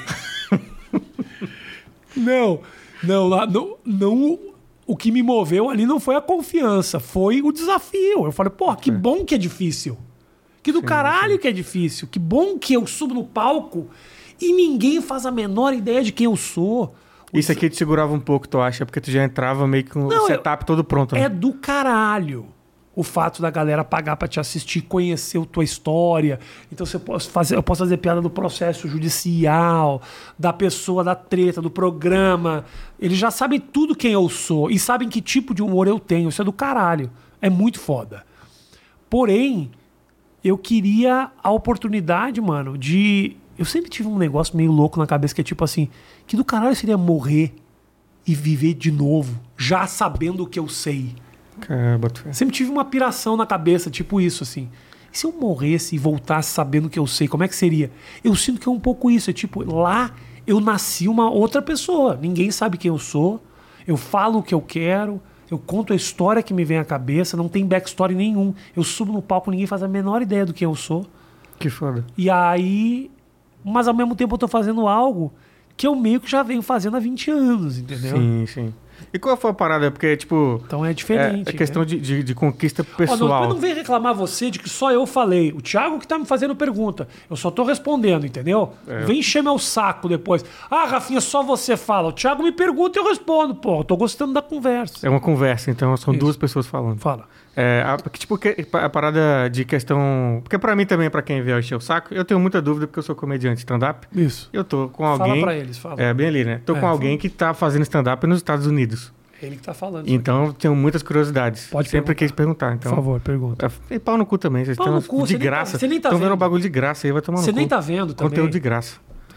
Não. O que me moveu ali não foi a confiança, foi o desafio. Eu falei, pô, que bom que é difícil. Que do caralho que é difícil. Que bom que eu subo no palco e ninguém faz a menor ideia de quem eu sou. Isso aqui te segurava um pouco, tu acha? Porque tu já entrava meio com o setup todo pronto, né? É do caralho o fato da galera pagar pra te assistir, conhecer a tua história. Então eu posso fazer piada do processo judicial, da pessoa, da treta, do programa. Eles já sabem tudo quem eu sou e sabem que tipo de humor eu tenho. Isso é do caralho. É muito foda. Porém, eu queria a oportunidade, mano, de... Eu sempre tive um negócio meio louco na cabeça que é tipo assim, que do caralho seria morrer e viver de novo, já sabendo o que eu sei. Sempre tive uma piração na cabeça, tipo isso, assim. E se eu morresse e voltasse sabendo o que eu sei, como é que seria? Eu sinto que é um pouco isso. É tipo, lá eu nasci uma outra pessoa. Ninguém sabe quem eu sou. Eu falo o que eu quero. Eu conto a história que me vem à cabeça. Não tem backstory nenhum. Eu subo no palco, ninguém faz a menor ideia do que eu sou. Que foda. E aí... Mas ao mesmo tempo eu tô fazendo algo que eu meio que já venho fazendo há 20 anos, entendeu? Sim. E qual foi a parada? Porque, tipo... Então é diferente. É questão, né? de conquista pessoal. Não vem reclamar você de que só eu falei. O Thiago que tá me fazendo pergunta. Eu só tô respondendo, entendeu? Vem encher meu saco depois. Rafinha, só você fala. O Thiago me pergunta e eu respondo. Pô, eu tô gostando da conversa. É uma conversa, então são duas pessoas falando. Fala. A parada de questão... Porque pra mim também, pra quem vier encher o saco, eu tenho muita dúvida porque eu sou comediante stand-up. Isso. Eu tô com alguém... Fala pra eles, fala. Bem ali, né? Tô com alguém que tá fazendo stand-up nos Estados Unidos. Ele que tá falando. Então, eu tenho muitas curiosidades. Sempre quis perguntar. Então, por favor, pergunta. E pau no cu também. Vocês estão de graça. Você nem tá vendo. Estão vendo um bagulho de graça aí, vai tomar no cu. Você nem tá vendo também. Conteúdo de graça.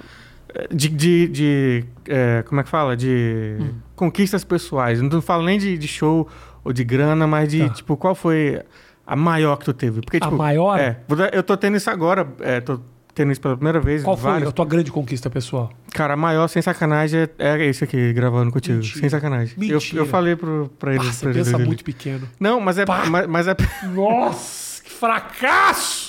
Como é que fala? De conquistas pessoais. Não falo nem de show ou de grana, mas de, tipo, qual foi a maior que tu teve? Porque, tipo, a maior? Eu tô tendo isso agora. Tô tendo isso pela primeira vez. Qual foi a tua grande conquista pessoal? Cara, a maior, sem sacanagem, é esse aqui, gravando contigo. Mentira. Sem sacanagem. Mentira. Eu falei pra ele. Você pensa muito pequeno. Não, mas é... Nossa, que fracasso!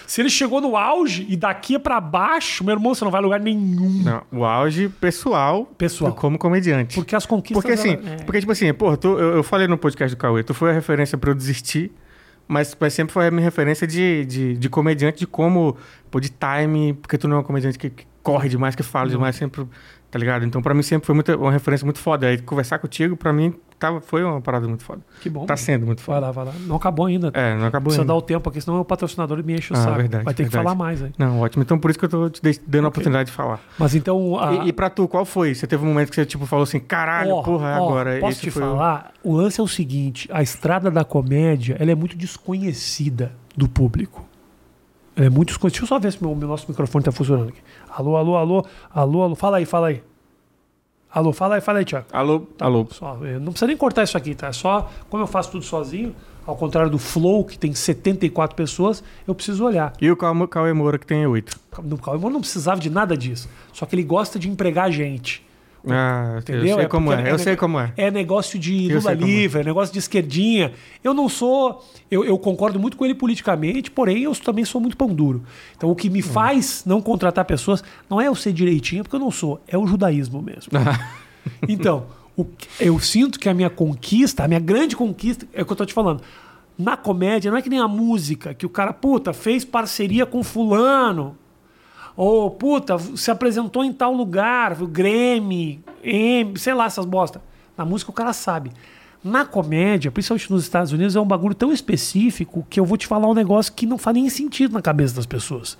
Se ele chegou no auge e daqui pra baixo, meu irmão, você não vai a lugar nenhum. Não, o auge pessoal. Como comediante. Porque as conquistas... Porque assim, porque tipo assim, porra, eu falei no podcast do Cauê, tu foi a referência pra eu desistir, mas sempre foi a minha referência de comediante, de como, pô, de time, porque tu não é um comediante que corre demais, que fala demais, sempre, tá ligado? Então pra mim sempre foi uma referência muito foda. Aí conversar contigo, pra mim, foi uma parada muito foda. Que bom. Tá sendo muito foda. Vai lá. Não acabou ainda. Não acabou Precisa ainda. dar o tempo aqui, senão o patrocinador me enche o saco. Verdade, vai ter que falar mais aí. Não, ótimo. Então por isso que eu tô te dando a oportunidade de falar. Mas então... E pra tu, qual foi? Você teve um momento que você tipo falou assim, caralho, agora. Posso te falar? O lance é o seguinte, a estrada da comédia, ela é muito desconhecida do público. Ela é muito desconhecida. Deixa eu só ver se meu nosso microfone tá funcionando aqui. Alô. Fala aí. Alô, fala aí, Thiago. Alô. Só, não precisa nem cortar isso aqui, tá? É só, como eu faço tudo sozinho, ao contrário do Flow, que tem 74 pessoas, eu preciso olhar. E o Cauê Moura, que tem 8. O Cauê Moura não precisava de nada disso. Só que ele gosta de empregar gente. Entendeu? Eu sei como é. Eu sei como é. É negócio de Lula livre, é negócio de esquerdinha. Eu não sou... Eu concordo muito com ele politicamente, porém eu também sou muito pão duro. Então o que me faz não contratar pessoas não é eu ser direitinho, porque eu não sou. É o judaísmo mesmo. Então, eu sinto que a minha conquista, a minha grande conquista, é o que eu tô te falando. Na comédia, não é que nem a música, que o cara, fez parceria com fulano. Ou, se apresentou em tal lugar, Grammy, sei lá, essas bosta. Na música o cara sabe. Na comédia, principalmente nos Estados Unidos, é um bagulho tão específico que eu vou te falar um negócio que não faz nem sentido na cabeça das pessoas.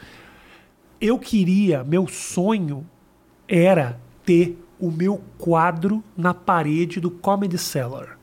Meu sonho era ter o meu quadro na parede do Comedy Cellar.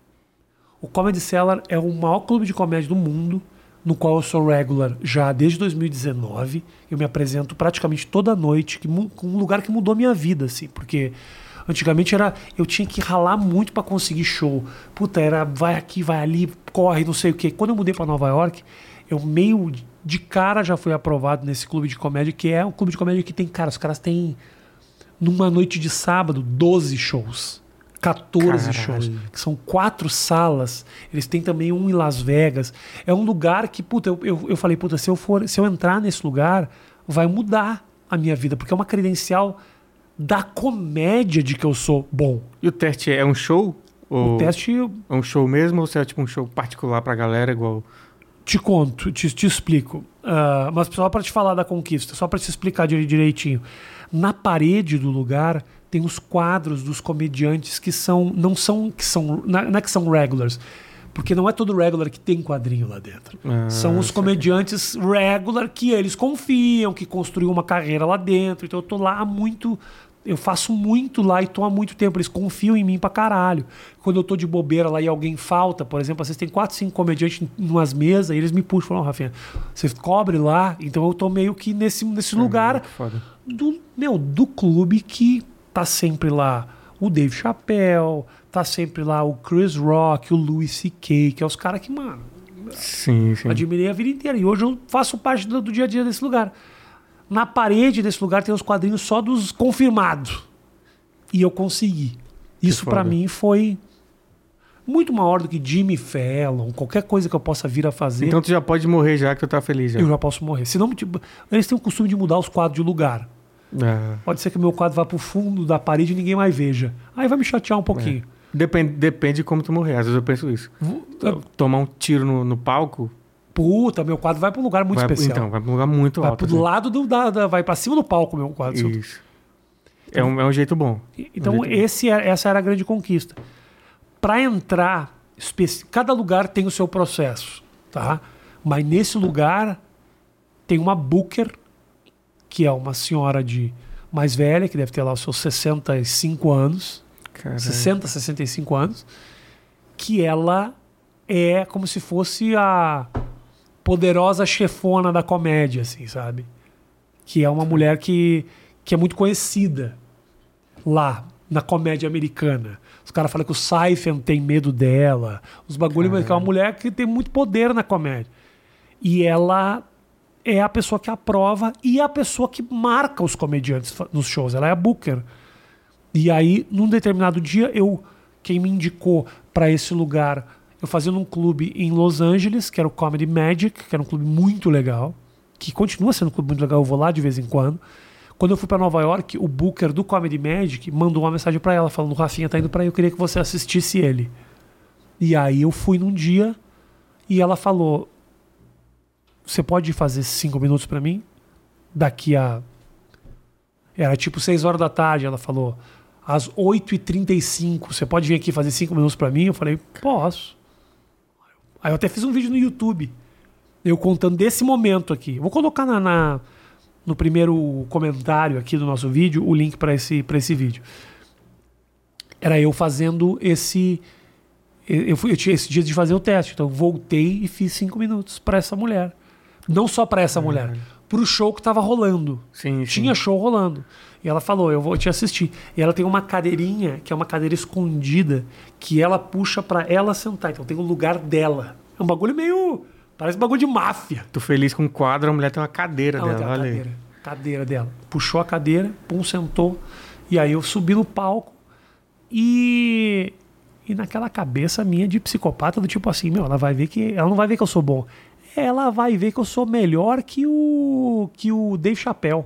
O Comedy Cellar é o maior clube de comédia do mundo, no qual eu sou regular já desde 2019. Eu me apresento praticamente toda noite, um lugar que mudou a minha vida, assim, porque antigamente eu tinha que ralar muito pra conseguir show. Vai aqui, vai ali, corre, não sei o quê. Quando eu mudei pra Nova York, eu meio de cara já fui aprovado nesse clube de comédia, que é um clube de comédia que tem, os caras têm, numa noite de sábado, 12 shows. 14 shows, que são 4 salas. Eles têm também um em Las Vegas. É um lugar que, eu falei, se eu entrar nesse lugar, vai mudar a minha vida, porque é uma credencial da comédia de que eu sou bom. E o teste é um show? O teste... É um show mesmo ou é tipo um show particular pra galera igual... Te conto, te explico. Mas só pra te falar da conquista, só pra te explicar direitinho. Na parede do lugar tem os quadros dos comediantes que não é que são regulars, porque não é todo regular que tem quadrinho lá dentro. São os comediantes regular que eles confiam, que construíram uma carreira lá dentro. Então eu tô lá eu faço muito lá e tô há muito tempo. Eles confiam em mim pra caralho. Quando eu tô de bobeira lá e alguém falta, por exemplo, vocês têm 4, 5 comediantes em umas mesas, e eles me puxam e falam, Rafinha, você cobre lá? Então eu tô meio que nesse lugar do clube que tá sempre lá o Dave Chappelle, tá sempre lá o Chris Rock, o Louis C.K., que é os caras que, mano, sim. admirei a vida inteira. E hoje eu faço parte do dia a dia desse lugar. Na parede desse lugar tem os quadrinhos só dos confirmados. E eu consegui. Isso pra mim foi muito maior do que Jimmy Fallon, qualquer coisa que eu possa vir a fazer. Então tu já pode morrer já, que tu tá feliz já. Eu já posso morrer. Senão, eles têm o costume de mudar os quadros de lugar. Pode ser que o meu quadro vá pro fundo da parede e ninguém mais veja. Aí vai me chatear um pouquinho. Depende de como tu morrer. Às vezes eu penso isso. Tomar um tiro no palco... Meu quadro vai pra um lugar muito especial. Então, vai pra um lugar muito alto. Vai pro lado vai pra cima do palco, meu quadro. Isso. É um jeito bom. Então, essa era a grande conquista. Pra entrar, cada lugar tem o seu processo, tá? Mas nesse lugar tem uma booker, que é uma senhora mais velha, que deve ter lá os seus 65 anos. Caralho. 65 anos. Que ela é como se fosse a poderosa chefona da comédia, assim, sabe? Que é uma mulher que é muito conhecida lá na comédia americana. Os caras falam que o Seinfeld tem medo dela. Os bagulhos, mas que é uma mulher que tem muito poder na comédia. E ela é a pessoa que aprova e a pessoa que marca os comediantes nos shows. Ela é a booker. E aí, num determinado dia, quem me indicou para esse lugar, eu fazia num clube em Los Angeles, que era o Comedy Magic, que era um clube muito legal. que continua sendo um clube muito legal, eu vou lá de vez em quando. Quando eu fui pra Nova York, o booker do Comedy Magic mandou uma mensagem pra ela, falando: o Rafinha tá indo pra aí, eu queria que você assistisse ele. E aí eu fui num dia e ela falou: você pode fazer 5 minutos pra mim? Daqui a... Era tipo 6 horas da tarde, ela falou. Às 8h35, você pode vir aqui fazer 5 minutos pra mim? Eu falei: posso. Aí eu até fiz um vídeo no YouTube, eu contando desse momento aqui. Vou colocar no primeiro comentário aqui do nosso vídeo o link pra esse vídeo. Era eu fazendo esse... Eu tinha esse dia de fazer o teste, então eu voltei e fiz 5 minutos pra essa mulher. Não só pra essa mulher, pro show que tava rolando. Sim. Tinha show rolando. E ela falou: eu vou te assistir. E ela tem uma cadeirinha, que é uma cadeira escondida, que ela puxa pra ela sentar. Então tem o lugar dela. É um bagulho meio... Parece um bagulho de máfia. Tô feliz com o quadro, a mulher tem uma cadeira Ela dela, tem uma olha aí. cadeira dela. Puxou a cadeira, pum, sentou. E aí eu subi no palco e naquela cabeça minha de psicopata, do tipo assim, ela vai ver que... Ela não vai ver que eu sou bom. Ela vai ver que eu sou melhor que o Dave Chappelle.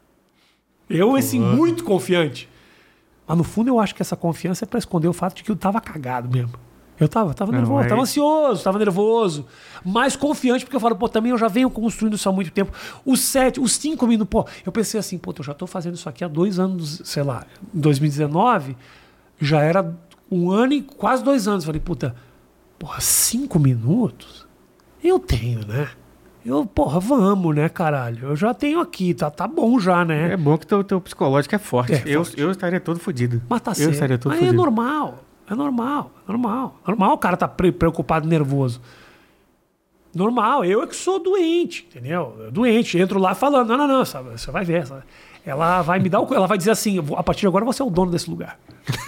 Eu, assim, muito confiante. Mas no fundo eu acho que essa confiança é pra esconder o fato de que eu tava cagado mesmo. Eu tava nervoso, tava ansioso, tava nervoso. Mais confiante, porque eu falo, pô, também eu já venho construindo isso há muito tempo. Os 5 minutos, pô, eu pensei assim, pô, eu já tô fazendo isso aqui há 2 anos, sei lá, em 2019, já era 1 ano e quase 2 anos. Falei, puta, porra, 5 minutos? Eu tenho, né? Porra, vamos, né, caralho? Eu já tenho aqui, tá bom já, né? É bom que teu psicológico é forte. Eu estaria todo fodido. Mas tá Eu certo. estaria todo Mas fodido. é normal. Normal o cara tá preocupado, nervoso. Normal, eu é que sou doente, entendeu? Doente, entro lá falando, não, sabe, você vai ver. Sabe? Ela vai me dar ela vai dizer assim, a partir de agora você é o dono desse lugar.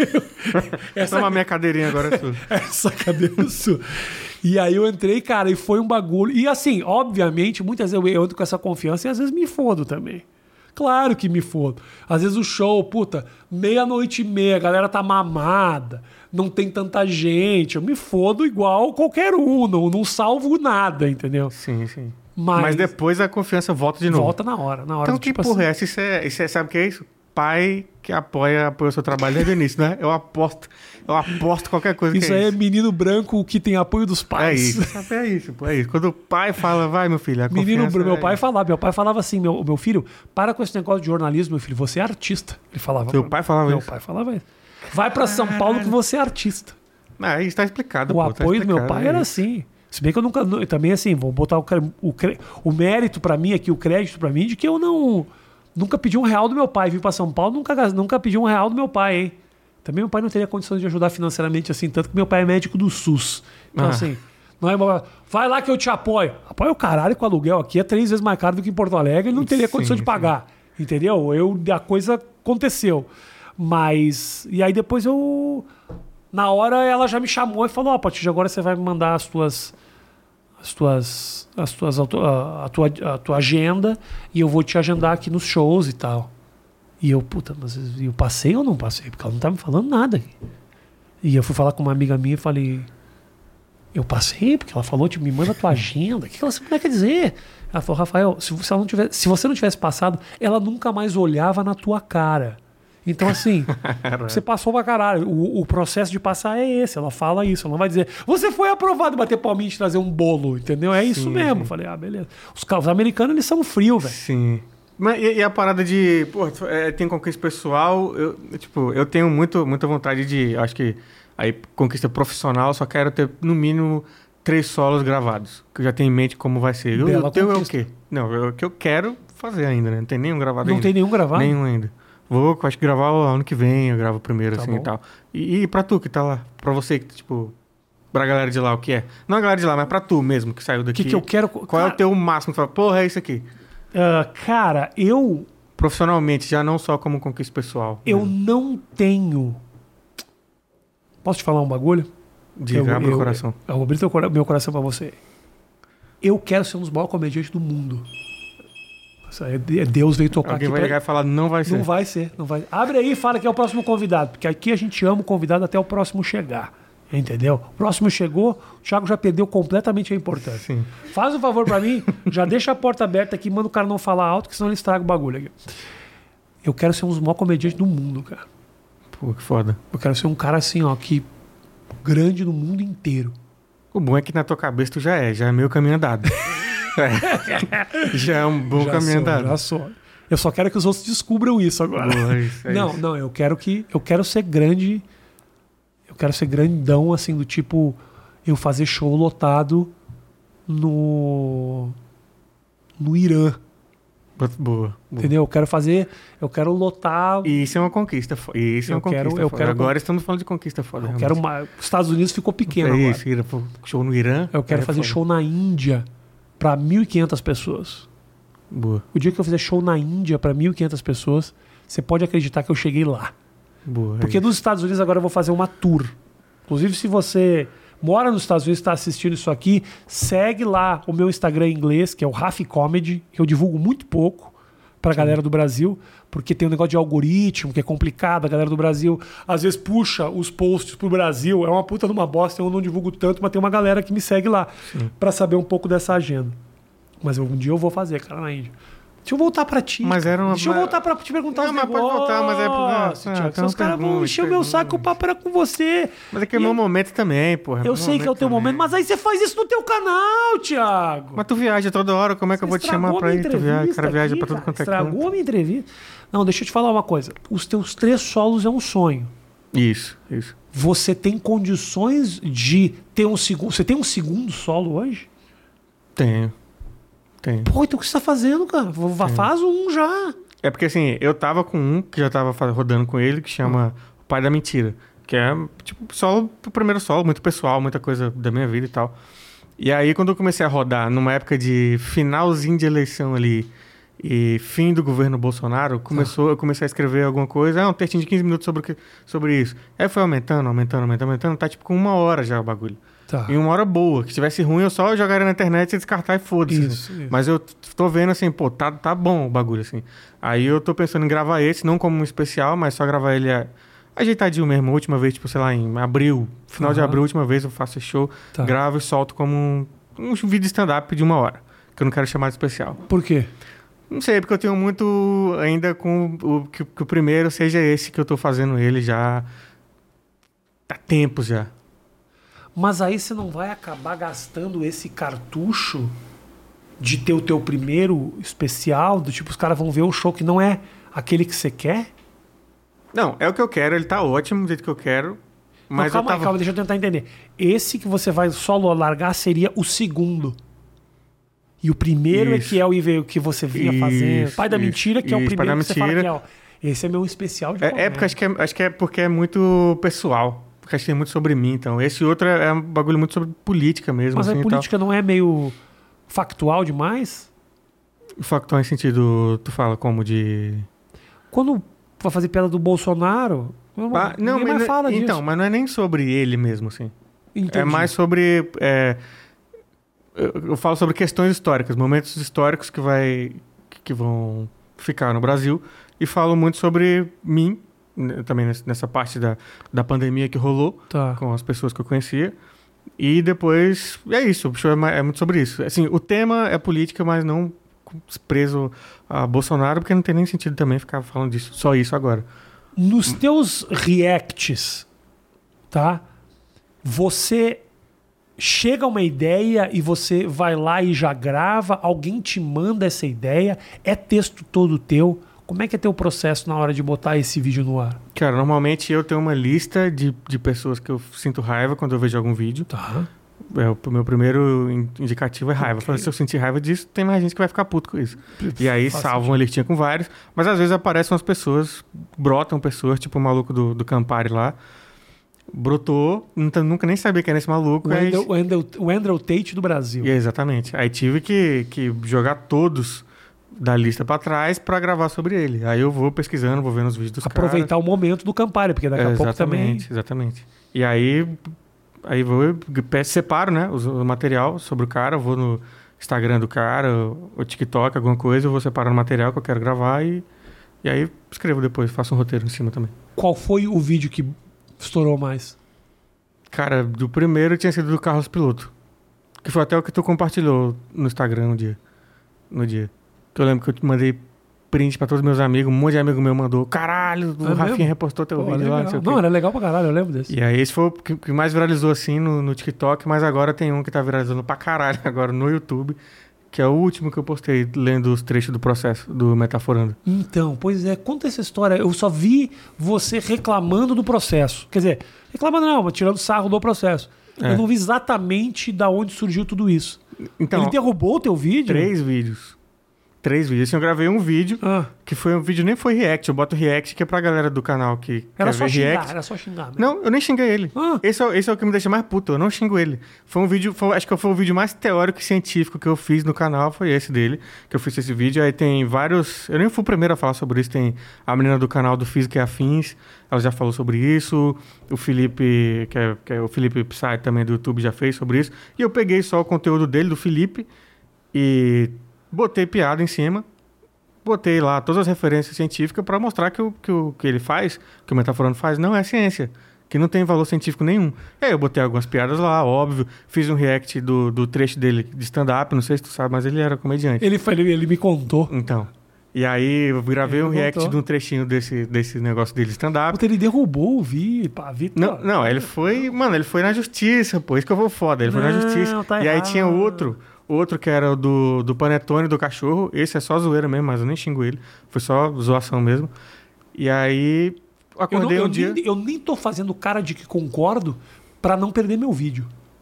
Toma minha cadeirinha agora é sua. Essa cadeira é sua. E aí eu entrei, cara, e foi um bagulho. E assim, obviamente, muitas vezes eu entro com essa confiança e às vezes me fodo também. Claro que me fodo. Às vezes o show, puta, 00:30, a galera tá mamada, não tem tanta gente. Eu me fodo igual qualquer um, não salvo nada, entendeu? Sim. Mas depois a confiança volta de novo. Volta na hora. Então que porra é essa? Isso é, sabe o que é isso? Pai que apoia o seu trabalho desde o início, né? Eu aposto qualquer coisa isso que é aí isso. É menino branco que tem apoio dos pais. É isso. Quando o pai fala, vai, meu filho, a confiança... Meu pai falava assim, meu filho, para com esse negócio de jornalismo, meu filho, você é artista. Ele falava. Seu pai falava isso? Meu pai falava isso. Vai pra São Paulo que você é artista. Isso tá explicado, O apoio do meu pai era assim. Se bem que eu nunca... Também assim, vou botar o mérito pra mim aqui, o crédito pra mim, de que eu nunca pedi R$1 do meu pai. Vim pra São Paulo, nunca pedi R$1 do meu pai, hein? Também meu pai não teria condições de ajudar financeiramente assim, tanto que meu pai é médico do SUS. Então assim, não é... Vai lá que eu te apoio. Apoio o caralho, com o aluguel aqui é 3 vezes mais caro do que em Porto Alegre, ele não teria condição de pagar. Entendeu? A coisa aconteceu. Mas... E aí depois eu... Na hora ela já me chamou e falou, a partir de agora você vai me mandar a tua agenda e eu vou te agendar aqui nos shows e tal. E eu, puta, mas eu passei ou não passei? Porque ela não tá me falando nada. E eu fui falar com uma amiga minha e falei, eu passei? Porque ela falou, tipo, me manda a tua agenda. O que ela quer dizer? Ela falou, Rafael, se você não tivesse passado, ela nunca mais olhava na tua cara. Então, assim, você passou pra caralho. O processo de passar é esse. Ela fala isso. Ela não vai dizer, você foi aprovado, bater palminha e trazer um bolo, entendeu? É isso mesmo. Falei, beleza. Os americanos, eles são frios, velho. Sim. Mas, e a parada de... Pô, tem conquista pessoal. Eu tenho muita vontade de... Acho que aí conquista profissional, só quero ter, no mínimo, 3 solos gravados. Que eu já tenho em mente como vai ser. O teu é o quê? Não, é o que eu quero fazer ainda, né? Não tem nenhum gravado ainda. Não tem nenhum gravado? Nenhum ainda. Acho que gravar o ano que vem, eu gravo primeiro, assim, bom. E tal. E pra tu que tá lá? Pra você que, tipo... Pra galera de lá, o que é? Não a galera de lá, mas pra tu mesmo, que saiu daqui. O que eu quero... Qual é o teu máximo? Que fala, porra, é isso aqui. Cara, eu... Profissionalmente, já não só como conquista pessoal. Eu não tenho... Posso te falar um bagulho? Diga, abre o coração. Eu vou abrir meu coração pra você. Eu quero ser um dos maiores comediantes do mundo. Deus veio tocar Alguém aqui. Vai ligar e falar, não vai ser. Não vai ser. Abre aí e fala que é o próximo convidado. Porque aqui a gente ama o convidado até o próximo chegar. Entendeu? O próximo chegou, o Thiago já perdeu completamente a importância. Sim. Faz um favor pra mim, já deixa a porta aberta aqui, manda o cara não falar alto, que senão ele estraga o bagulho aqui. Eu quero ser um dos maiores comediantes do mundo, cara. Pô, que foda. Eu quero ser um cara assim, ó, que grande no mundo inteiro. O bom é que na tua cabeça tu já é meio caminho andado. Já é um bom caminho andado. Já sou. Eu só quero que os outros descubram isso agora. Boa, isso, Não, eu quero ser grande. Eu quero ser grandão, assim, do tipo, eu fazer show lotado no Irã. Boa. Entendeu? Eu quero lotar. E isso é uma conquista. Isso é uma conquista foda. Agora estamos falando de conquista foda. Os Estados Unidos ficou pequeno agora. Isso, show no Irã. Eu quero fazer show na Índia para 1.500 pessoas. Boa. O dia que eu fizer show na Índia para 1.500 pessoas, você pode acreditar que eu cheguei lá. Boa. Porque nos Estados Unidos agora eu vou fazer uma tour. Inclusive, se você mora nos Estados Unidos e está assistindo isso aqui, segue lá o meu Instagram em inglês, que é o Rafi Comedy, que eu divulgo muito pouco pra galera do Brasil, porque tem um negócio de algoritmo que é complicado. A galera do Brasil às vezes puxa os posts pro Brasil. É uma puta de uma bosta, eu não divulgo tanto, mas tem uma galera que me segue lá pra saber um pouco dessa agenda. Mas um dia eu vou fazer, cara, na Índia. Deixa eu voltar pra ti. Mas era uma... Deixa eu voltar pra te perguntar não, os mas negócios. pode voltar, mas é... Thiago, os caras vão encher o meu saco, o papo era com você. Mas é que é meu momento também, porra. Eu sei que é o teu momento, mas aí você faz isso no teu canal, Thiago. Mas tu viaja toda hora, como é que eu vou te chamar pra ir? Tu viaja, o cara viaja pra tudo quanto é canto. Estragou a minha entrevista. Não, deixa eu te falar uma coisa. Os teus 3 solos é um sonho. Isso. Você tem condições de ter um segundo... Você tem um segundo solo hoje? Tenho. Pô, então o que você tá fazendo, cara? Faz um já. É porque assim, eu tava com um que já tava rodando com ele, que chama O Pai da Mentira. Que é, tipo, o primeiro solo, muito pessoal, muita coisa da minha vida e tal. E aí, quando eu comecei a rodar, numa época de finalzinho de eleição ali, e fim do governo Bolsonaro, eu comecei a escrever alguma coisa, um textinho de 15 minutos sobre isso. Aí foi aumentando, tá tipo com 1 hora já o bagulho. Tá. Em 1 hora boa, que se tivesse ruim eu só jogaria na internet e descartar e foda-se. Isso. Mas eu tô vendo assim, pô, tá bom o bagulho assim. Aí eu tô pensando em gravar esse, não como um especial, mas só gravar ele ajeitadinho mesmo, a última vez, tipo, sei lá, em abril, final de abril, a última vez eu faço esse show, gravo e solto como um vídeo stand-up de 1 hora, que eu não quero chamar de especial. Por quê? Não sei, porque eu tenho muito ainda com que o primeiro seja esse que eu tô fazendo ele já há tempos já. Mas aí você não vai acabar gastando esse cartucho de ter o teu primeiro especial, do tipo, os caras vão ver o show que não é aquele que você quer? Não, é o que eu quero, ele tá ótimo do jeito que eu quero, mas não, calma, deixa eu tentar entender. Esse que você vai solo largar seria o segundo. E o primeiro é que é o que você vinha fazendo. Pai da Mentira, que é o primeiro que você fala que é, ó, esse é meu especial de comédia. Porque acho que é porque é muito pessoal. Porque acho que tem muito sobre mim, então. Esse outro é um bagulho muito sobre política mesmo. Mas assim, a política não é meio factual demais? Factual em sentido, tu fala como de... Quando vai fazer piada do Bolsonaro, ninguém mais fala disso. Então, mas não é nem sobre ele mesmo, assim. Entendi. É mais sobre... eu falo sobre questões históricas, momentos históricos que vão ficar no Brasil. E falo muito sobre mim, também nessa parte da pandemia que rolou, com as pessoas que eu conhecia. E depois, é isso, o show é muito sobre isso. Assim, o tema é política, mas não preso a Bolsonaro, porque não tem nem sentido também ficar falando disso, só isso agora. Nos teus reacts, tá? Você chega a uma ideia e você vai lá e já grava, alguém te manda essa ideia, é texto todo teu. Como é que é teu processo na hora de botar esse vídeo no ar? Cara, normalmente eu tenho uma lista de pessoas que eu sinto raiva quando eu vejo algum vídeo. Tá. O meu primeiro indicativo é raiva. Okay. Se eu sentir raiva disso, tem mais gente que vai ficar puto com isso. E aí salvo uma listinha com vários. Mas às vezes aparecem umas pessoas, brotam pessoas, tipo o maluco do Campari lá. Brotou, nunca nem sabia quem era esse maluco. O Andrew Tate do Brasil. Exatamente. Aí tive que jogar todos da lista pra trás pra gravar sobre ele. Aí eu vou pesquisando, vou vendo os vídeos dos caras. Aproveitar o momento do Campari, porque daqui a pouco também... Exatamente. E aí vou, separo, né, o material sobre o cara, vou no Instagram do cara, o TikTok, alguma coisa, eu vou separando o material que eu quero gravar e aí escrevo depois, faço um roteiro em cima também. Qual foi o vídeo que estourou mais? Cara, do primeiro tinha sido do Carlos Piloto. Que foi até o que tu compartilhou no Instagram no dia. Que eu lembro que eu te mandei print pra todos os meus amigos. Um monte de amigo meu mandou. Caralho, o Rafinha repostou teu vídeo lá. Não, sei não, era legal pra caralho, eu lembro desse. E aí esse foi o que mais viralizou assim no TikTok. Mas agora tem um que tá viralizando pra caralho agora no YouTube. Que é o último que eu postei, lendo os trechos do processo, do Metaforando. Então, pois é, conta essa história. Eu só vi você reclamando do processo. Quer dizer, reclamando não, mas tirando sarro do processo. Eu não vi exatamente da onde surgiu tudo isso. Então, ele derrubou o teu vídeo? 3 vídeos. Assim, eu gravei um vídeo, que foi um vídeo, nem foi react. Eu boto react, que é pra galera do canal que era quer só ver xingar, react. Era só xingar. Mesmo. Não, eu nem xinguei ele. Esse é o que me deixa mais puto, eu não xingo ele. Foi um vídeo, acho que foi o vídeo mais teórico e científico que eu fiz no canal, foi esse dele, que eu fiz esse vídeo. Aí tem vários, eu nem fui o primeiro a falar sobre isso, tem a menina do canal do Física e Afins, ela já falou sobre isso, o Felipe, que é o Felipe Psy também do YouTube já fez sobre isso. E eu peguei só o conteúdo dele, do Felipe, e botei piada em cima. Botei lá todas as referências científicas para mostrar que o que ele faz, que o Metaforando faz, não é ciência, que não tem valor científico nenhum. E aí eu botei algumas piadas lá, óbvio, fiz um react do trecho dele de stand-up, não sei se tu sabe, mas ele era comediante. Ele me contou. Então, e aí eu gravei um react de um trechinho desse negócio dele de stand-up. Ele derrubou o vídeo, pá, Vitor. Não, ele foi na justiça, pô, isso que eu vou foda, ele foi na justiça. Tá e errado. aí tinha outro que era o do Panetone do cachorro. Esse é só zoeira mesmo, mas eu nem xingo ele. Foi só zoação mesmo. E aí, acordei um dia... Eu nem tô fazendo cara de que concordo pra não perder meu vídeo.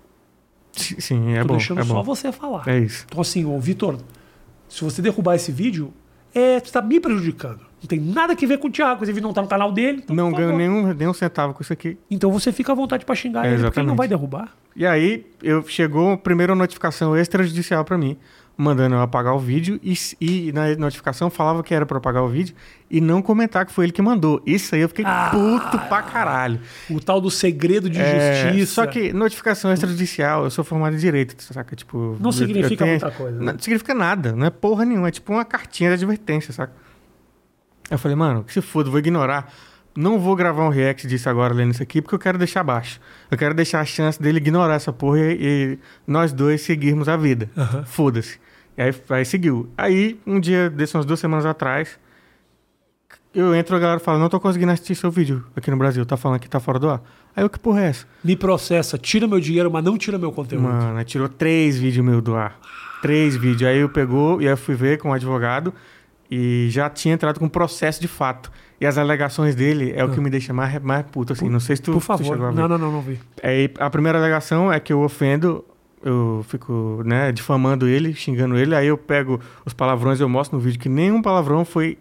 Sim, é tô bom. Tô deixando é só bom. você falar. É isso. Então assim, ô Vitor, se você derrubar esse vídeo, você tá me prejudicando. Não tem nada que ver com o Thiago. Esse vídeo não tá no canal dele. Então, não ganho nenhum centavo com isso aqui. Então você fica à vontade pra xingar ele, porque ele não vai derrubar. E aí, chegou a primeira notificação extrajudicial pra mim, mandando eu apagar o vídeo, e na notificação falava que era pra apagar o vídeo, e não comentar que foi ele que mandou. Isso aí eu fiquei puto pra caralho. O tal do segredo de justiça. Só que notificação extrajudicial, eu sou formado em direito, saca? Tipo, não significa muita coisa. Não significa nada, não é porra nenhuma, é tipo uma cartinha de advertência, saca? Eu falei, mano, que se foda, vou ignorar. Não vou gravar um react disso agora lendo isso aqui, porque eu quero deixar baixo. Eu quero deixar a chance dele ignorar essa porra e nós dois seguirmos a vida. Foda-se. E aí seguiu. Aí, um dia, umas 2 semanas atrás, eu entro e a galera fala, não tô conseguindo assistir seu vídeo aqui no Brasil, tá falando que tá fora do ar. Aí eu, que porra é essa? Me processa, tira meu dinheiro, mas não tira meu conteúdo. Mano, aí tirou 3 vídeos meus do ar. 3 vídeos. Aí eu pegou, e aí eu fui ver com o advogado, e já tinha entrado com processo de fato. E as alegações dele é o que me deixa mais puto, assim. Não sei se tu, por favor. Tu chegou a ver. Não vi. Aí, a primeira alegação é que eu ofendo, eu fico, né, difamando ele, xingando ele. Aí eu pego os palavrões e eu mostro no vídeo que nenhum palavrão foi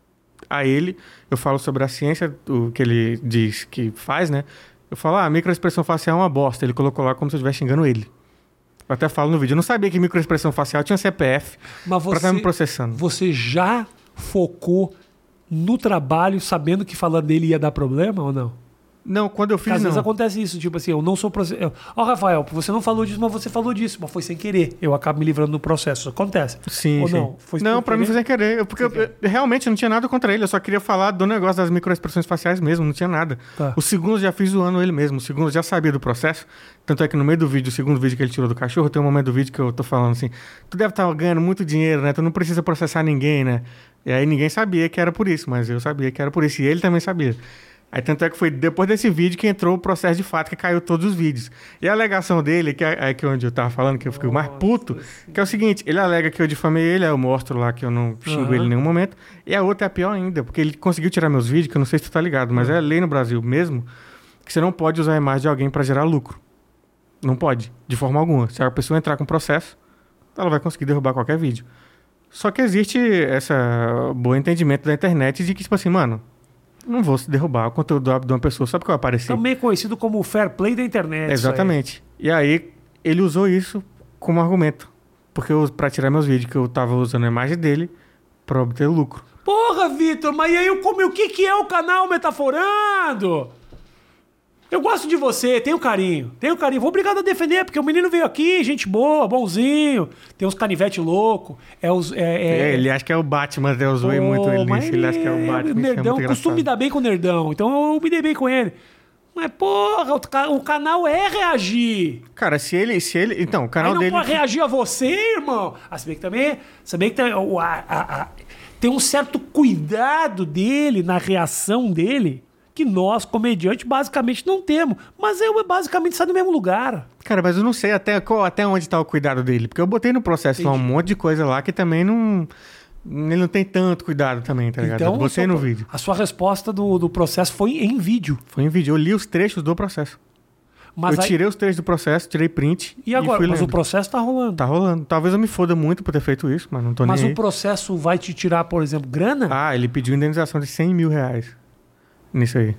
a ele. Eu falo sobre a ciência, o que ele diz que faz, né? Eu falo, a microexpressão facial é uma bosta. Ele colocou lá como se eu estivesse xingando ele. Eu até falo no vídeo. Eu não sabia que microexpressão facial tinha CPF pra estar me processando. Você já focou no trabalho sabendo que falando dele ia dar problema ou não? Não, quando eu fiz, às vezes acontece isso, tipo assim, eu não sou processado. Rafael, você não falou disso, mas você falou disso, mas foi sem querer. Eu acabo me livrando do processo. Isso acontece. Sim, ou sim. não? Não, pra mim foi sem querer. Porque eu realmente não tinha nada contra ele. Eu só queria falar do negócio das microexpressões faciais mesmo, não tinha nada. Tá. O segundo já fiz zoando ele mesmo. O segundo já sabia do processo. Tanto é que no meio do vídeo, o segundo vídeo que ele tirou do cachorro, tem um momento do vídeo que eu tô falando assim, tu deve estar ganhando muito dinheiro, né? Tu não precisa processar ninguém, né? E aí ninguém sabia que era por isso, mas eu sabia que era por isso. E ele também sabia. Aí tanto é que foi depois desse vídeo que entrou o processo de fato, que caiu todos os vídeos. E a alegação dele, que é onde eu tava falando, que eu fiquei mais puto, que é o seguinte, ele alega que eu difamei ele, aí eu mostro lá que eu não xingo ele em nenhum momento. E a outra é a pior ainda, porque ele conseguiu tirar meus vídeos, que eu não sei se tu tá ligado, mas é lei no Brasil mesmo, que você não pode usar a imagem de alguém para gerar lucro. Não pode, de forma alguma. Se a pessoa entrar com processo, ela vai conseguir derrubar qualquer vídeo. Só que existe esse bom entendimento da internet de que, tipo assim, mano, não vou se derrubar o conteúdo de uma pessoa só porque eu apareci. Também conhecido como o fair play da internet. Exatamente. E aí, ele usou isso como argumento. Porque pra tirar meus vídeos, que eu tava usando a imagem dele pra obter lucro. Porra, Vitor, mas e aí o que é o canal Metaforando? Eu gosto de você, tenho carinho. Vou obrigado a defender, porque o menino veio aqui, gente boa, bonzinho. Tem uns canivete louco. Ele acha que é o Batman, eu zoei muito ele nisso. Ele acha que é o Batman. Nerdão, costumo me dar bem com o nerdão. Então eu me dei bem com ele. Mas, porra, o canal é reagir. Cara, se ele... Então, o canal Aí não dele... pode reagir a você, irmão. Se bem que também tem um certo cuidado dele na reação dele que nós, comediantes, basicamente não temos. Mas eu basicamente sai do mesmo lugar. Cara, mas eu não sei até onde tá o cuidado dele. Porque eu botei no processo lá um monte de coisa lá que também não... Ele não tem tanto cuidado também, tá ligado? Então, eu botei no vídeo. A sua resposta do processo foi em vídeo. Foi em vídeo. Eu li os trechos do processo. Mas eu tirei os trechos do processo, tirei print e agora? fui Mas lendo. o processo tá rolando. Tá rolando. Talvez eu me foda muito por ter feito isso, mas não tô nem Mas aí. o processo vai te tirar, por exemplo, grana? Ah, ele pediu indenização de 100 mil reais. Nisso aí.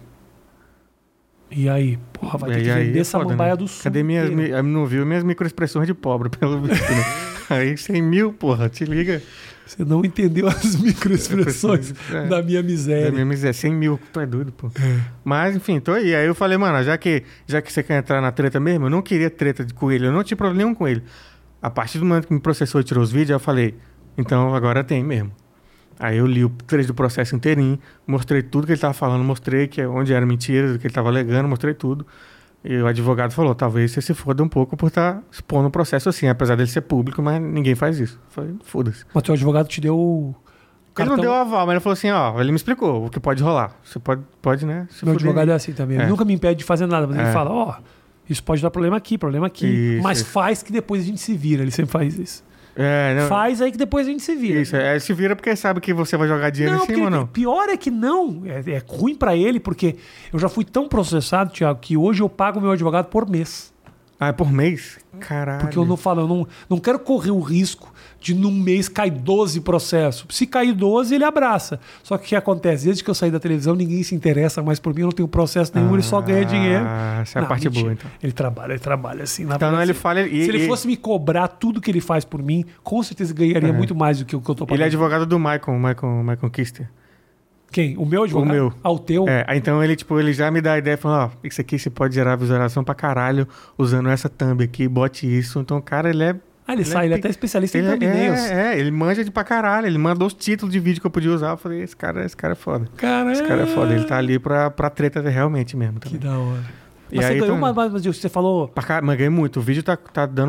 E aí? Porra, vai ter que vender essa samambaia do sul. Cadê não viu minhas microexpressões de pobre, pelo visto, né? Aí 100 mil, porra, te liga. Você não entendeu as microexpressões da minha miséria. Da minha miséria. 100 mil, tu é doido, pô. Mas, enfim, tô aí. Aí eu falei, mano, já que você quer entrar na treta mesmo, eu não queria treta com ele, eu não tinha problema nenhum com ele. A partir do momento que me processou e tirou os vídeos, eu falei, então agora tem mesmo. Aí eu li o trecho do processo inteirinho, mostrei tudo que ele tava falando, mostrei que onde era mentira, do que ele tava alegando, mostrei tudo. E o advogado falou, talvez você se foda um pouco por estar expondo o processo assim, apesar dele ser público, mas ninguém faz isso. Eu falei, foda-se. Mas teu advogado te deu o cartão... Ele não deu aval, mas ele falou assim, ó, ele me explicou o que pode rolar. Você pode, né? Meu advogado é assim também. Ele nunca me impede de fazer nada, mas ele fala, ó, isso pode dar problema aqui, isso, mas faz que depois a gente se vira. Ele sempre faz isso. Não, faz aí que depois a gente se vira. Isso, se vira porque sabe que você vai jogar dinheiro em cima ou não? Pior é que não. É ruim pra ele, porque eu já fui tão processado, Thiago, que hoje eu pago meu advogado por mês. Ah, é por mês? Caralho. Porque eu não quero correr o risco de num mês cair 12 processos. Se cair 12, ele abraça. Só que o que acontece? Desde que eu saí da televisão, ninguém se interessa mais por mim, eu não tenho processo nenhum, ele só ganha dinheiro. Essa é a parte boa, então. Ele trabalha assim. Então não, ele fala... Se ele fosse me cobrar tudo que ele faz por mim, com certeza ganharia muito mais do que o que eu tô pagando. Ele é advogado do Michael Kister. Quem? O meu advogado? O meu. Ah, o teu? Então ele já me dá a ideia, falando, ó, isso aqui você pode gerar visualização pra caralho usando essa thumb aqui, bote isso. Então o cara, ele é... ele é até especialista em thumbnails. Ele manja de pra caralho. Ele mandou os títulos de vídeo que eu podia usar. Eu falei, esse cara é foda. Caralho. Esse cara é foda. Ele tá ali pra treta realmente mesmo. Também. Que da hora. E mas aí, você ganhou mas você falou... Mas ganhei muito. O vídeo tá dando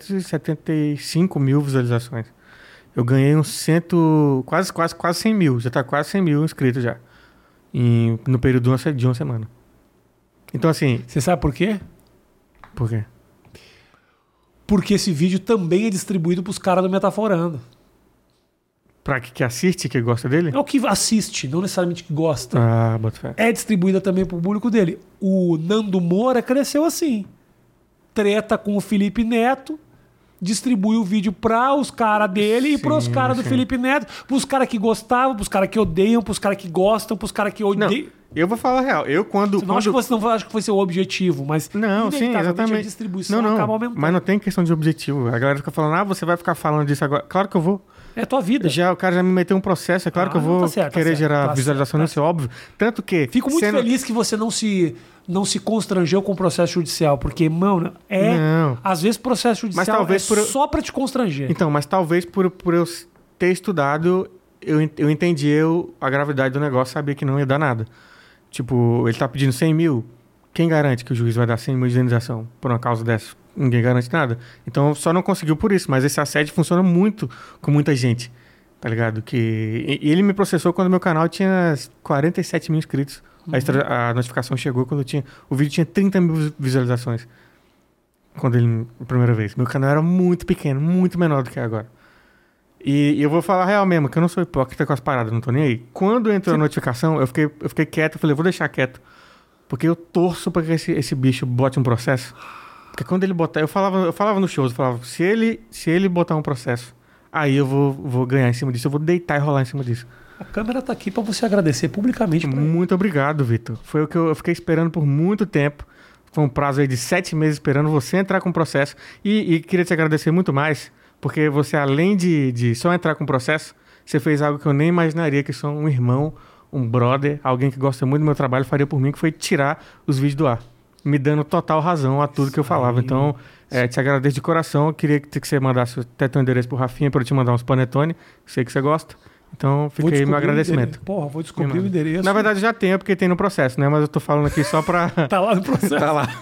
875 mil visualizações. Eu ganhei uns quase 100 mil. Já tá quase 100 mil inscritos já. No período de uma semana. Então, assim... Você sabe por quê? Por quê? Porque esse vídeo também é distribuído pros caras do Metaforando. Pra que assiste, que gosta dele? É o que assiste, não necessariamente que gosta. Ah, bota fé. É distribuída também pro público dele. O Nando Moura cresceu assim. Treta com o Felipe Neto, distribui o vídeo para os caras dele e pros caras do Felipe Neto, pros caras que gostavam, pros caras que odeiam, pros caras que gostam, pros caras que odeiam. Não, eu vou falar a real. Acho que foi seu objetivo, mas não, sim, exatamente. A distribuição acaba aumentando. Mas não tem questão de objetivo. A galera fica falando, você vai ficar falando disso agora. Claro que eu vou. É a tua vida. O cara já me meteu um processo, é claro que eu vou querer gerar visualização, isso é óbvio. Tanto que... Fico muito feliz que você não se constrangeu com o processo judicial, porque, mano, às vezes processo judicial só pra te constranger. Então, mas talvez por eu ter estudado, eu entendi a gravidade do negócio, sabia que não ia dar nada. Tipo, ele tá pedindo 100 mil, quem garante que o juiz vai dar 100 mil de indenização por uma causa dessa? Ninguém garante nada. Então, só não conseguiu por isso. Mas esse assédio funciona muito com muita gente, tá ligado? E ele me processou quando meu canal tinha 47 mil inscritos. A notificação chegou quando o vídeo tinha 30 mil visualizações. A primeira vez. Meu canal era muito pequeno, muito menor do que é agora. E eu vou falar real mesmo, que eu não sou hipócrita com as paradas, não tô nem aí. Quando entrou a notificação, eu fiquei quieto, eu falei, vou deixar quieto. Porque eu torço pra que esse bicho bote um processo. Porque quando ele botar... Eu falava no show, eu falava, se ele botar um processo, aí eu vou ganhar em cima disso, eu vou deitar e rolar em cima disso. A câmera tá aqui pra você agradecer publicamente. Muito obrigado, Vitor. Foi o que eu fiquei esperando por muito tempo. Foi um prazo aí de 7 meses esperando você entrar com o processo. E queria te agradecer muito mais, porque você, além de só entrar com o processo, você fez algo que eu nem imaginaria, que só um irmão, um brother, alguém que gosta muito do meu trabalho, faria por mim, que foi tirar os vídeos do ar. Me dando total razão a tudo que eu falava. Então, te agradeço de coração. Eu queria que você mandasse até teu endereço pro Rafinha para eu te mandar uns panetone. Sei que você gosta. Então, fica aí meu agradecimento. Porra, vou descobrir o endereço. Na verdade, já tenho, porque tem no processo, né? Mas eu tô falando aqui só pra... Tá lá no processo. Tá lá.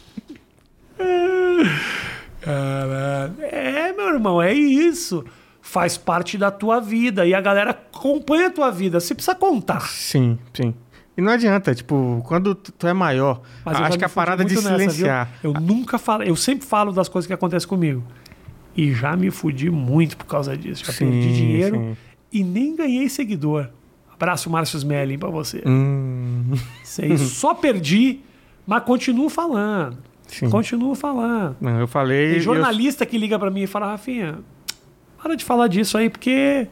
Caralho. Meu irmão, é isso. Faz parte da tua vida. E a galera acompanha a tua vida. Você precisa contar. Sim. E não adianta, tipo, quando tu é maior, acho que a parada de silenciar... Eu sempre falo das coisas que acontecem comigo. E já me fudi muito por causa disso. Já perdi dinheiro e nem ganhei seguidor. Abraço, Márcio Smelling, pra você. Só perdi, mas continuo falando. Sim. Continuo falando. Não, eu falei... Tem jornalista que liga pra mim e fala, Rafinha, para de falar disso aí, porque...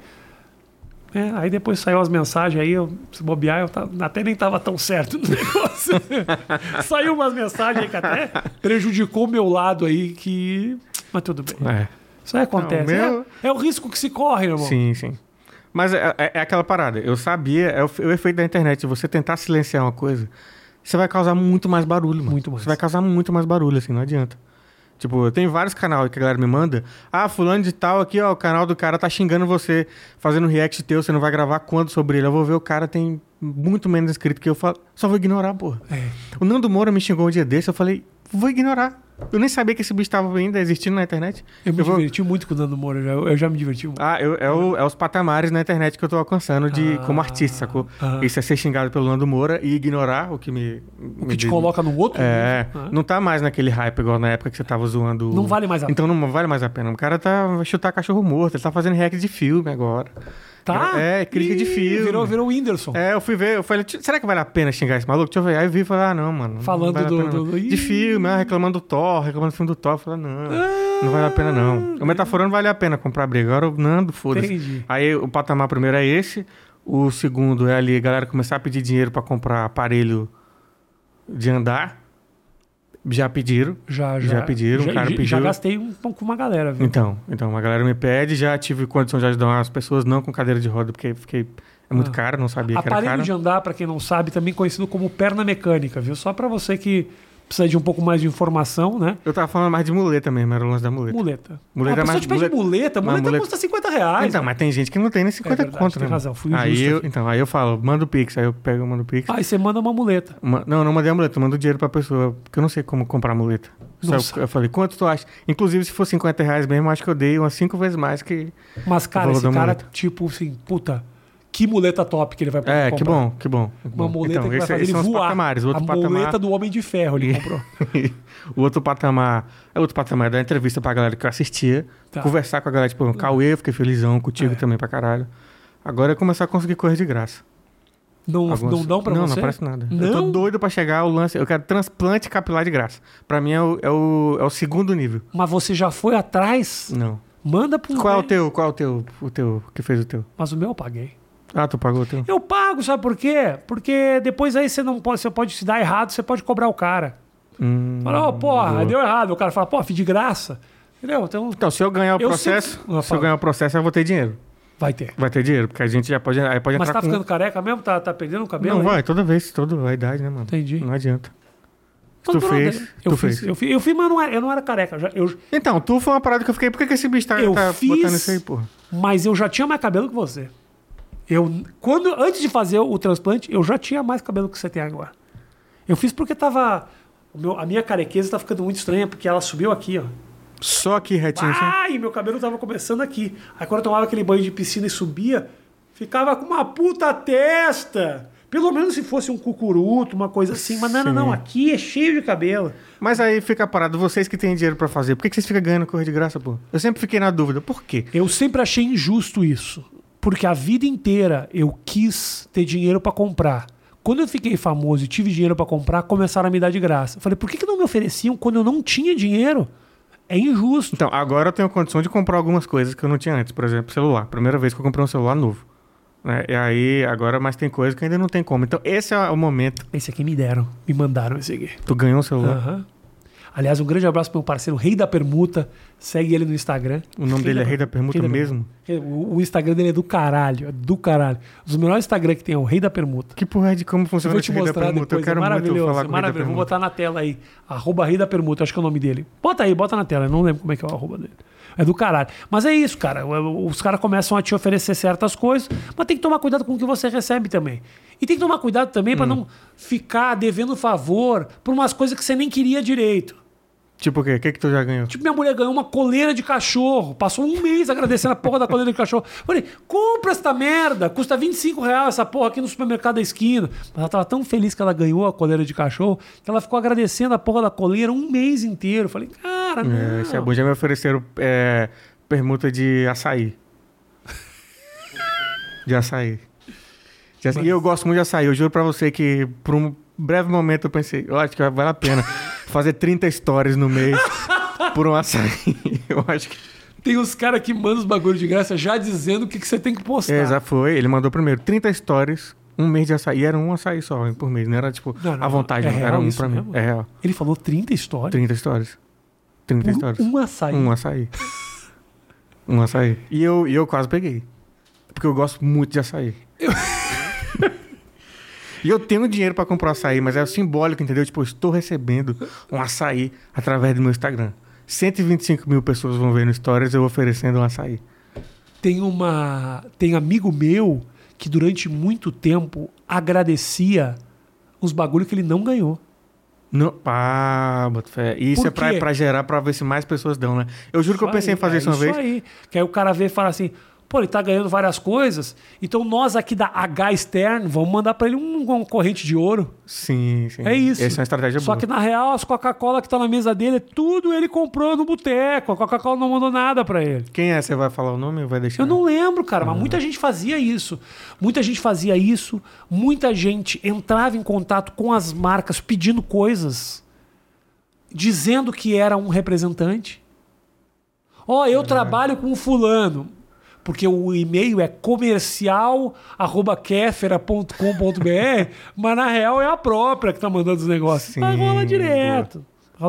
aí depois saiu as mensagens aí, se bobear, até nem tava tão certo no negócio. Saiu umas mensagens aí que até prejudicou o meu lado aí, mas tudo bem. Isso aí acontece. É o risco que se corre, meu irmão. Sim. Mas é aquela parada. Eu sabia, é o efeito da internet. Você tentar silenciar uma coisa, você vai causar muito mais barulho, mano. Muito mais. Você vai causar muito mais barulho, assim, não adianta. Tipo, tem vários canais que a galera me manda. Fulano de tal aqui, ó, o canal do cara tá xingando você, fazendo react teu, você não vai gravar quando sobre ele? Eu vou ver, o cara tem muito menos inscrito que eu, só vou ignorar, porra. O Nando Moura me xingou um dia desse, eu falei, vou ignorar. Eu nem sabia que esse bicho estava ainda existindo na internet. Eu me diverti muito com o Nando Moura, eu já me diverti muito. É os patamares na internet que eu tô alcançando como artista, sacou? Isso é ser xingado pelo Nando Moura e ignorar o que O que te coloca no outro? Não tá mais naquele hype igual na época que você tava zoando... Não vale mais a pena. Então não vale mais a pena. O cara vai chutar cachorro morto, ele tá fazendo react de filme agora. Tá? Crítica de filme. Virou o Whindersson. Eu fui ver, eu falei, será que vale a pena xingar esse maluco? Deixa eu ver. Aí eu vi e falei, não, mano. Falando vale de filme, reclamando do Thor, reclamando do filme do Thor. Eu falei, não vale a pena, não. O Metaforando vale a pena comprar briga. Agora o Nando, foda-se. Entendi. Aí o patamar primeiro é esse. O segundo é ali a galera começar a pedir dinheiro pra comprar aparelho de andar. Já pediram. Já pediram, o cara pediu. Já gastei com uma galera, viu? Então, uma galera me pede, já tive condição de ajudar umas pessoas não com cadeira de roda, porque é muito caro, não sabia que era caro. Aparelho de andar, pra quem não sabe, também conhecido como perna mecânica, viu? Só pra você que precisa de um pouco mais de informação, né? Eu tava falando mais de muleta mesmo, era o lance da muleta. Muleta. Muleta é mais... Te pede muleta custa R$50. Então, mas tem gente que não tem nem 50 conto, né? Tem razão, fui injusto. Aí eu falo, manda o Pix, aí eu pego e mando o Pix. Aí você manda uma muleta. Não mandei a muleta, eu mando dinheiro pra pessoa, porque eu não sei como comprar muleta. Eu falei, quanto tu acha? Inclusive, se for R$50 mesmo, acho que eu dei umas 5 vezes mais que... Mas, cara, esse cara, tipo assim, puta... Que muleta top que ele vai comprar. Que bom. Uma muleta que vai fazer ele voar. A muleta do Homem de Ferro ele comprou. O outro patamar é dar entrevista pra galera que eu assistia, conversar com a galera, tipo, o Cauê, fiquei felizão, contigo também pra caralho. Agora é começar a conseguir coisa de graça. Não dão pra você? Não aparece nada. Não? Eu tô doido pra chegar ao lance, eu quero transplante capilar de graça. Pra mim é o segundo nível. Mas você já foi atrás? Não. Manda pro... Qual é o teu, que fez o teu? Mas o meu eu paguei. Tu pagou o teu? Eu pago, sabe por quê? Porque depois aí você pode se dar errado, você pode cobrar o cara. Fala, porra, deu errado. O cara fala, fiz de graça. Entendeu? Então, se eu ganhar o processo, eu vou ter dinheiro. Vai ter. Vai ter dinheiro, porque a gente já pode entrar. Mas tá ficando careca mesmo? Tá perdendo o cabelo? Não, vai, toda a idade, né, mano? Entendi. Não adianta. Tu fez. Eu fiz, mas eu não era careca. Então, tu foi uma parada que eu fiquei, por que esse bicho tá botando isso aí, porra? Mas eu já tinha mais cabelo que você. Antes de fazer o transplante, eu já tinha mais cabelo que você tem agora. Eu fiz porque a minha carequeza tá ficando muito estranha, porque ela subiu aqui, ó. Só aqui retinho, assim? E meu cabelo tava começando aqui. Aí quando eu tomava aquele banho de piscina e subia, ficava com uma puta testa. Pelo menos se fosse um cucuruto, uma coisa assim. Mas não, aqui é cheio de cabelo. Mas aí fica parado, vocês que têm dinheiro pra fazer, por que vocês ficam ganhando correr de graça, pô? Eu sempre fiquei na dúvida, por quê? Eu sempre achei injusto isso. Porque a vida inteira eu quis ter dinheiro pra comprar. Quando eu fiquei famoso e tive dinheiro pra comprar, começaram a me dar de graça. Eu falei, por que não me ofereciam quando eu não tinha dinheiro? É injusto. Então, agora eu tenho condição de comprar algumas coisas que eu não tinha antes. Por exemplo, celular. Primeira vez que eu comprei um celular novo. E aí, agora, mas tem coisa que ainda não tem como. Então, esse é o momento. Esse aqui me mandaram esse aqui. Tu ganhou um celular? Aham. Aliás, um grande abraço pro meu parceiro, Rei da Permuta. Segue ele no Instagram. O nome dele é Rei da Permuta mesmo? O Instagram dele é do caralho. Um dos melhores Instagram que tem é o Rei da Permuta. Que porra é de como funciona esse Rei da Permuta? Depois, eu quero muito falar com o Rei da Permuta. Vou botar na tela aí. @Rei da Permuta, acho que é o nome dele. Bota aí, bota na tela. Eu não lembro como é que é o arroba dele. É do caralho. Mas é isso, cara. Os caras começam a te oferecer certas coisas, mas tem que tomar cuidado com o que você recebe também. E tem que tomar cuidado também pra não ficar devendo favor por umas coisas que você nem queria direito. Tipo o quê? O que tu já ganhou? Tipo, minha mulher ganhou uma coleira de cachorro. Passou um mês agradecendo a porra da coleira de cachorro. Falei, compra esta merda. Custa R$25 essa porra aqui no supermercado da esquina. Mas ela tava tão feliz que ela ganhou a coleira de cachorro que ela ficou agradecendo a porra da coleira um mês inteiro. Falei, cara, não. Isso é bom. Já me ofereceram permuta de açaí. De açaí. E eu gosto muito de açaí. Eu juro pra você que por um breve momento eu pensei, eu acho que vale a pena fazer 30 stories no mês por um açaí. Eu acho que... Tem os caras que mandam os bagulhos de graça já dizendo o que você tem que postar. Já foi. Ele mandou primeiro 30 stories, um mês de açaí. E era um açaí só por mês. Não era tipo à vontade. É não. Era um pra mim. Mesmo? É real. Ele falou 30 stories? 30 stories. 30 stories. Um açaí. Um açaí. Um açaí. E eu quase peguei. Porque eu gosto muito de açaí. E eu tenho dinheiro pra comprar açaí, mas é simbólico, entendeu? Tipo, eu estou recebendo um açaí através do meu Instagram. 125 mil pessoas vão ver no Stories eu oferecendo um açaí. Tem amigo meu que durante muito tempo agradecia os bagulhos que ele não ganhou. Bota fé. Isso é pra gerar, pra ver se mais pessoas dão, né? Eu juro que eu pensei em fazer isso uma vez. Isso aí. Que aí o cara vê e fala assim... Pô, ele tá ganhando várias coisas, então nós aqui da H Stern vamos mandar pra ele um corrente de ouro. Sim. É isso. Essa é uma estratégia boa. Só que na real, as Coca-Cola que tá na mesa dele, tudo ele comprou no boteco. A Coca-Cola não mandou nada pra ele. Quem é? Você vai falar o nome ou vai deixar? Eu não lembro, cara, mas muita gente fazia isso. Muita gente entrava em contato com as marcas pedindo coisas, dizendo que era um representante. Eu trabalho com fulano. Porque o e-mail é comercial@kefera.com.br, mas na real é a própria que tá mandando os negócios. Sim, rola direto.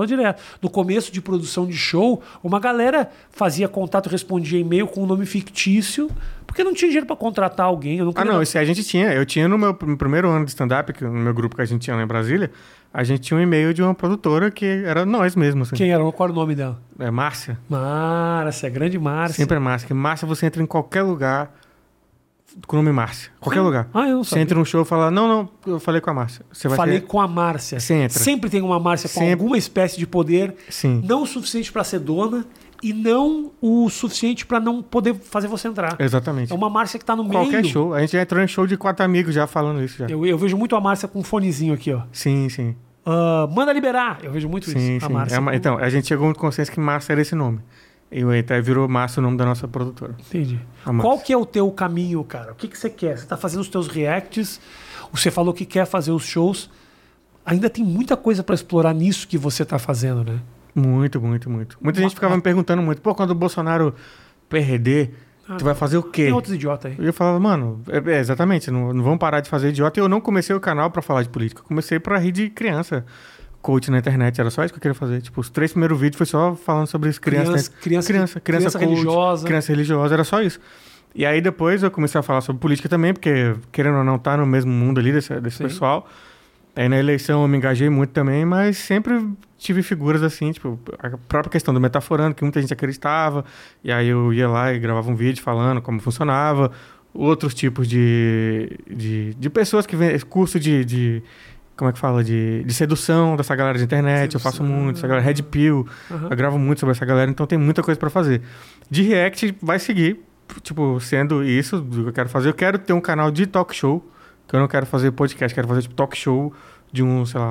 No começo de produção de show, uma galera fazia contato, respondia e-mail com um nome fictício, porque não tinha dinheiro pra contratar alguém. Isso a gente tinha. Eu tinha no meu primeiro ano de stand-up, no meu grupo que a gente tinha lá em Brasília, a gente tinha um e-mail de uma produtora que era nós mesmos. Assim. Quem era? Qual era o nome dela? É Márcia. Márcia, grande Márcia. Sempre é Márcia. Márcia, você entra em qualquer lugar com o nome Márcia. Qualquer lugar. Eu não Você sabia. entra num show e fala, não, eu falei com a Márcia. Com a Márcia. Você entra. Sempre tem uma Márcia com alguma espécie de poder, Sim. não o suficiente pra ser dona e não o suficiente pra não poder fazer você entrar. Exatamente. É uma Márcia que tá no Qualquer meio. show. A gente já entrou em show de 4 amigos já falando isso. Já. Eu vejo muito a Márcia com um fonezinho aqui, ó. Sim. Manda liberar. Eu vejo muito isso. A Márcia. Então, a gente chegou no consenso que Márcia era esse nome. E até virou Márcia o nome da nossa produtora. Entendi. Qual que é o teu caminho, cara? O que você quer? Você tá fazendo os teus reacts, você falou que quer fazer os shows. Ainda tem muita coisa pra explorar nisso que você tá fazendo, né? Muita gente ficava me perguntando muito, quando o Bolsonaro perder, tu vai fazer o quê? Tem outros idiotas aí. Eu falava, mano, exatamente, não vamos parar de fazer idiota. E eu não comecei o canal pra falar de política, eu comecei pra rir de criança. Coach na internet, era só isso que eu queria fazer. Tipo, os 3 primeiros vídeos foi só falando sobre isso. Criança coach, religiosa. Criança religiosa, era só isso. E aí depois eu comecei a falar sobre política também, porque querendo ou não, tá no mesmo mundo ali desse pessoal. Aí na eleição eu me engajei muito também, mas sempre tive figuras assim, tipo, a própria questão do metaforando, que muita gente acreditava. E aí eu ia lá e gravava um vídeo falando como funcionava. Outros tipos de pessoas que vêm, curso de como é que fala? De sedução dessa galera de internet. Eu faço muito. Essa galera Red Pill. Eu gravo muito sobre essa galera. Então tem muita coisa pra fazer. De react vai seguir. Tipo, sendo isso do que eu quero fazer. Eu quero ter um canal de talk show. Que eu não quero fazer podcast. Quero fazer tipo talk show de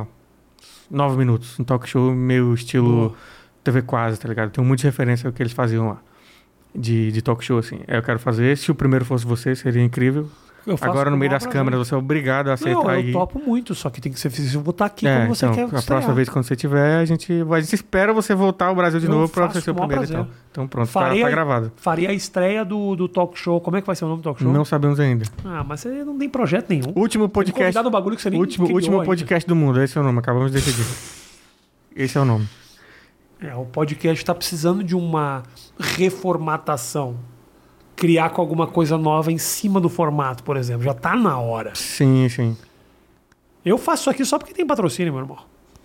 9 minutos. Um talk show meio estilo TV Quase, tá ligado? Tem muita referência ao que eles faziam lá. De talk show, assim. Eu quero fazer. Se o primeiro fosse você, seria incrível. Agora, no meio das câmeras, você é obrigado a aceitar. Eu topo muito, só que tem que ser eu vou estar aqui como você quer. A próxima vez, quando você tiver, a gente espera você voltar ao Brasil de novo para você ser o primeiro. Então pronto, tá gravado. Faria a estreia do talk show. Como é que vai ser o nome do talk show? Não sabemos ainda. Mas você não tem projeto nenhum. Último podcast. Do bagulho que você nem último podcast do mundo, esse é o nome. Acabamos de decidir. Esse é o nome. O podcast está precisando de uma reformatação. Criar com alguma coisa nova em cima do formato, por exemplo. Já tá na hora. Sim. Eu faço isso aqui só porque tem patrocínio, meu irmão.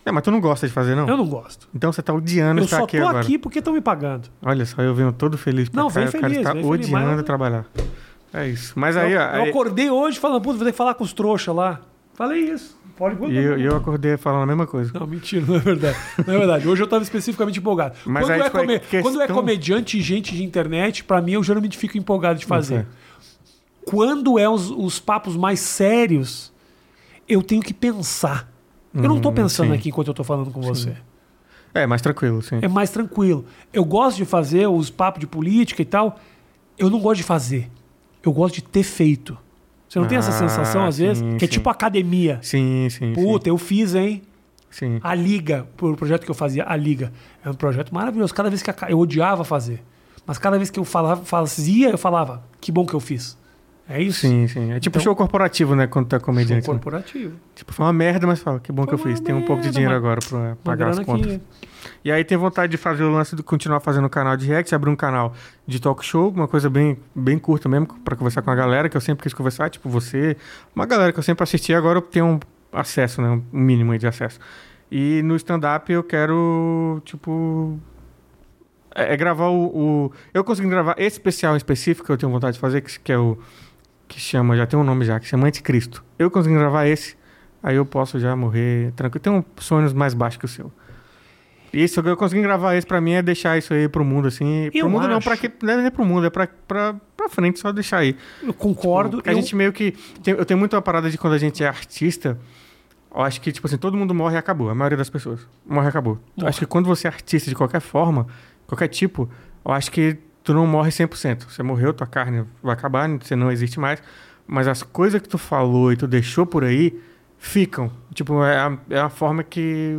Mas tu não gosta de fazer, não? Eu não gosto. Então você tá odiando Eu estar só aqui tô agora. aqui porque estão me pagando. Olha só, eu venho todo feliz pra Não, cá. vem O cara feliz, está vem feliz, odiando mas- trabalhar. É isso. Mas aí, ó... Eu acordei hoje falando, puta, vou ter que falar com os trouxas lá. Falei isso. Pode E eu acordei falando a mesma coisa. Não, mentira, não é verdade. Não é verdade. Hoje eu estava especificamente empolgado. Mas Quando, aí, é, tipo, questão- quando é comediante e gente de internet, pra mim eu geralmente fico empolgado de fazer. Quando é os papos mais sérios, eu tenho que pensar. Eu não tô pensando sim. aqui enquanto eu tô falando com você. É, mais tranquilo, sim. É mais tranquilo. Eu gosto de fazer os papos de política e tal. Eu não gosto de fazer. Eu gosto de ter feito. Você não tem essa sensação, às vezes? Que é tipo academia. Sim. Puta, eu fiz, hein? Sim. A Liga, o projeto que eu fazia, a Liga, é um projeto maravilhoso. Cada vez que eu odiava fazer, mas cada vez que eu fazia, eu falava, que bom que eu fiz. É isso? Sim. É tipo show corporativo, né? Quando tu é comediante. Show Né? corporativo. Tipo, foi uma merda, mas fala, que bom que eu fiz. Tem um pouco de dinheiro agora pra pagar as contas. E aí tem vontade de fazer o lance de continuar fazendo um canal de react, abrir um canal de talk show, uma coisa bem curta mesmo, pra conversar com a galera, que eu sempre quis conversar, tipo você. Uma galera que eu sempre assisti, agora eu tenho um acesso, né? Um mínimo aí de acesso. E no stand-up eu quero, tipo... gravar eu consegui gravar esse especial em específico que eu tenho vontade de fazer, que é o... Que chama, já tem um nome já, que chama Anticristo. Eu consegui gravar esse, aí eu posso já morrer tranquilo. Tenho sonhos mais baixos que o seu. Isso, eu consegui gravar esse pra mim é deixar isso aí pro mundo, assim. Pro mundo não, pra que não é pro mundo, é pra frente, só deixar aí. Eu concordo. Tipo, porque a gente meio que... eu tenho muito uma parada de quando a gente é artista, eu acho que, tipo assim, todo mundo morre e acabou. A maioria das pessoas morre e acabou. Eu acho que quando você é artista de qualquer forma, qualquer tipo, eu acho que tu não morre 100%. Você morreu, tua carne vai acabar, você não existe mais. Mas as coisas que tu falou e tu deixou por aí, ficam. Tipo, é a forma que